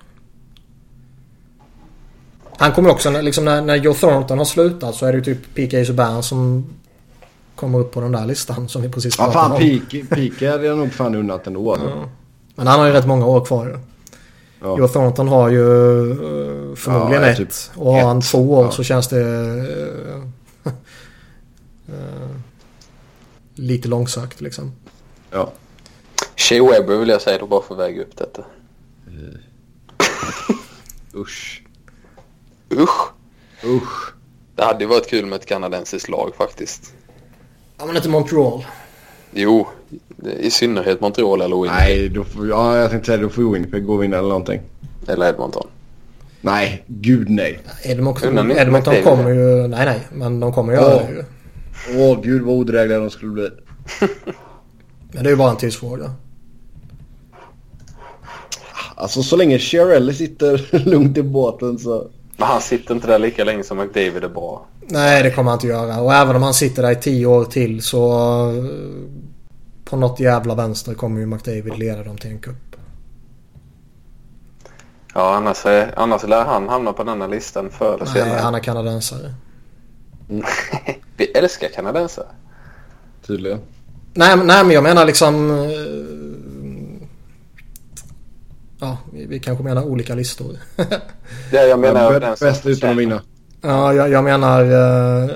Han kommer också, liksom när, när Joe Thornton har slutat så är det ju typ P K Subban som kommer upp på den där listan som vi precis pratade ja, fan, om. P K är nog fan unnat ändå. Alltså. Ja. Men han har ju rätt många år kvar ju. Ja. Joe Thornton har ju uh, förmodligen ja, ett. Typ och har han två år ja. Så känns det uh, uh, lite långsökt liksom. Ja. Shea Weber vill jag säga då bara för att väga upp detta. Uh. Usch. Usch. Usch. Det hade ju varit kul med ett kanadensiskt lag faktiskt. Ja, men inte Montreal. Jo, i synnerhet Montreal eller Winnipeg. Nej, då får, ja, jag tänkte säga då får Winnipeg gå och vinna eller någonting. Eller Edmonton. Nej, gud nej. Edmonton, Edmonton kommer ju... Nej, nej. Men de kommer ju göra det ju. Åh, gud vad odrägliga de skulle bli. Men det är ju bara en tidsfråga. Alltså så länge Chiarelli sitter lugnt i båten så... Men han sitter inte där lika länge som McDavid är bra. Nej, det kommer han inte göra. Och även om han sitter där i tio år till så... På något jävla vänster kommer ju McDavid leda dem till en kupp. Ja, annars, är, annars lär han hamna på den här listan förr eller senare. Nej, han är kanadensare. Mm. Vi älskar kanadensare. Tydligen. Nej, nej, men jag menar liksom... Ja, vi, vi kanske menar olika listor. Det jag menar ja, bäst utan att vinna. Ja, jag, jag menar uh,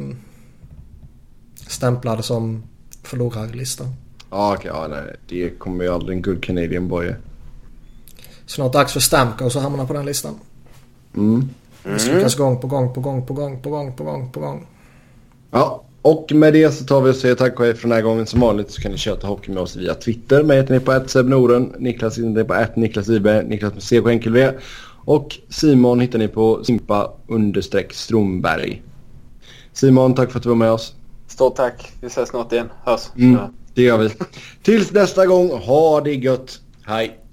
stämplade som förlorarlista. Ja, okej. Ja, nej. Det kommer ju aldrig en good Canadian boy. Snart dags för Stamkos att hamna på den listan. Mm. Misslyckas gång på gång på gång på gång på gång på gång på gång. Ja, och med det så tar vi och säger tack och hej för den här gången. Som vanligt så kan ni köta hockey med oss via Twitter. Mig heter ni på att sebnoren. Niklas hittar ni på att Niklas I B. Niklas med C K enkel V. Och Simon hittar ni på Simpa understreck Stromberg. Simon, tack för att du var med oss. Stort tack. Vi ses snart igen. Hörs. Mm, det gör vi. Tills nästa gång, ha det gött. Hej.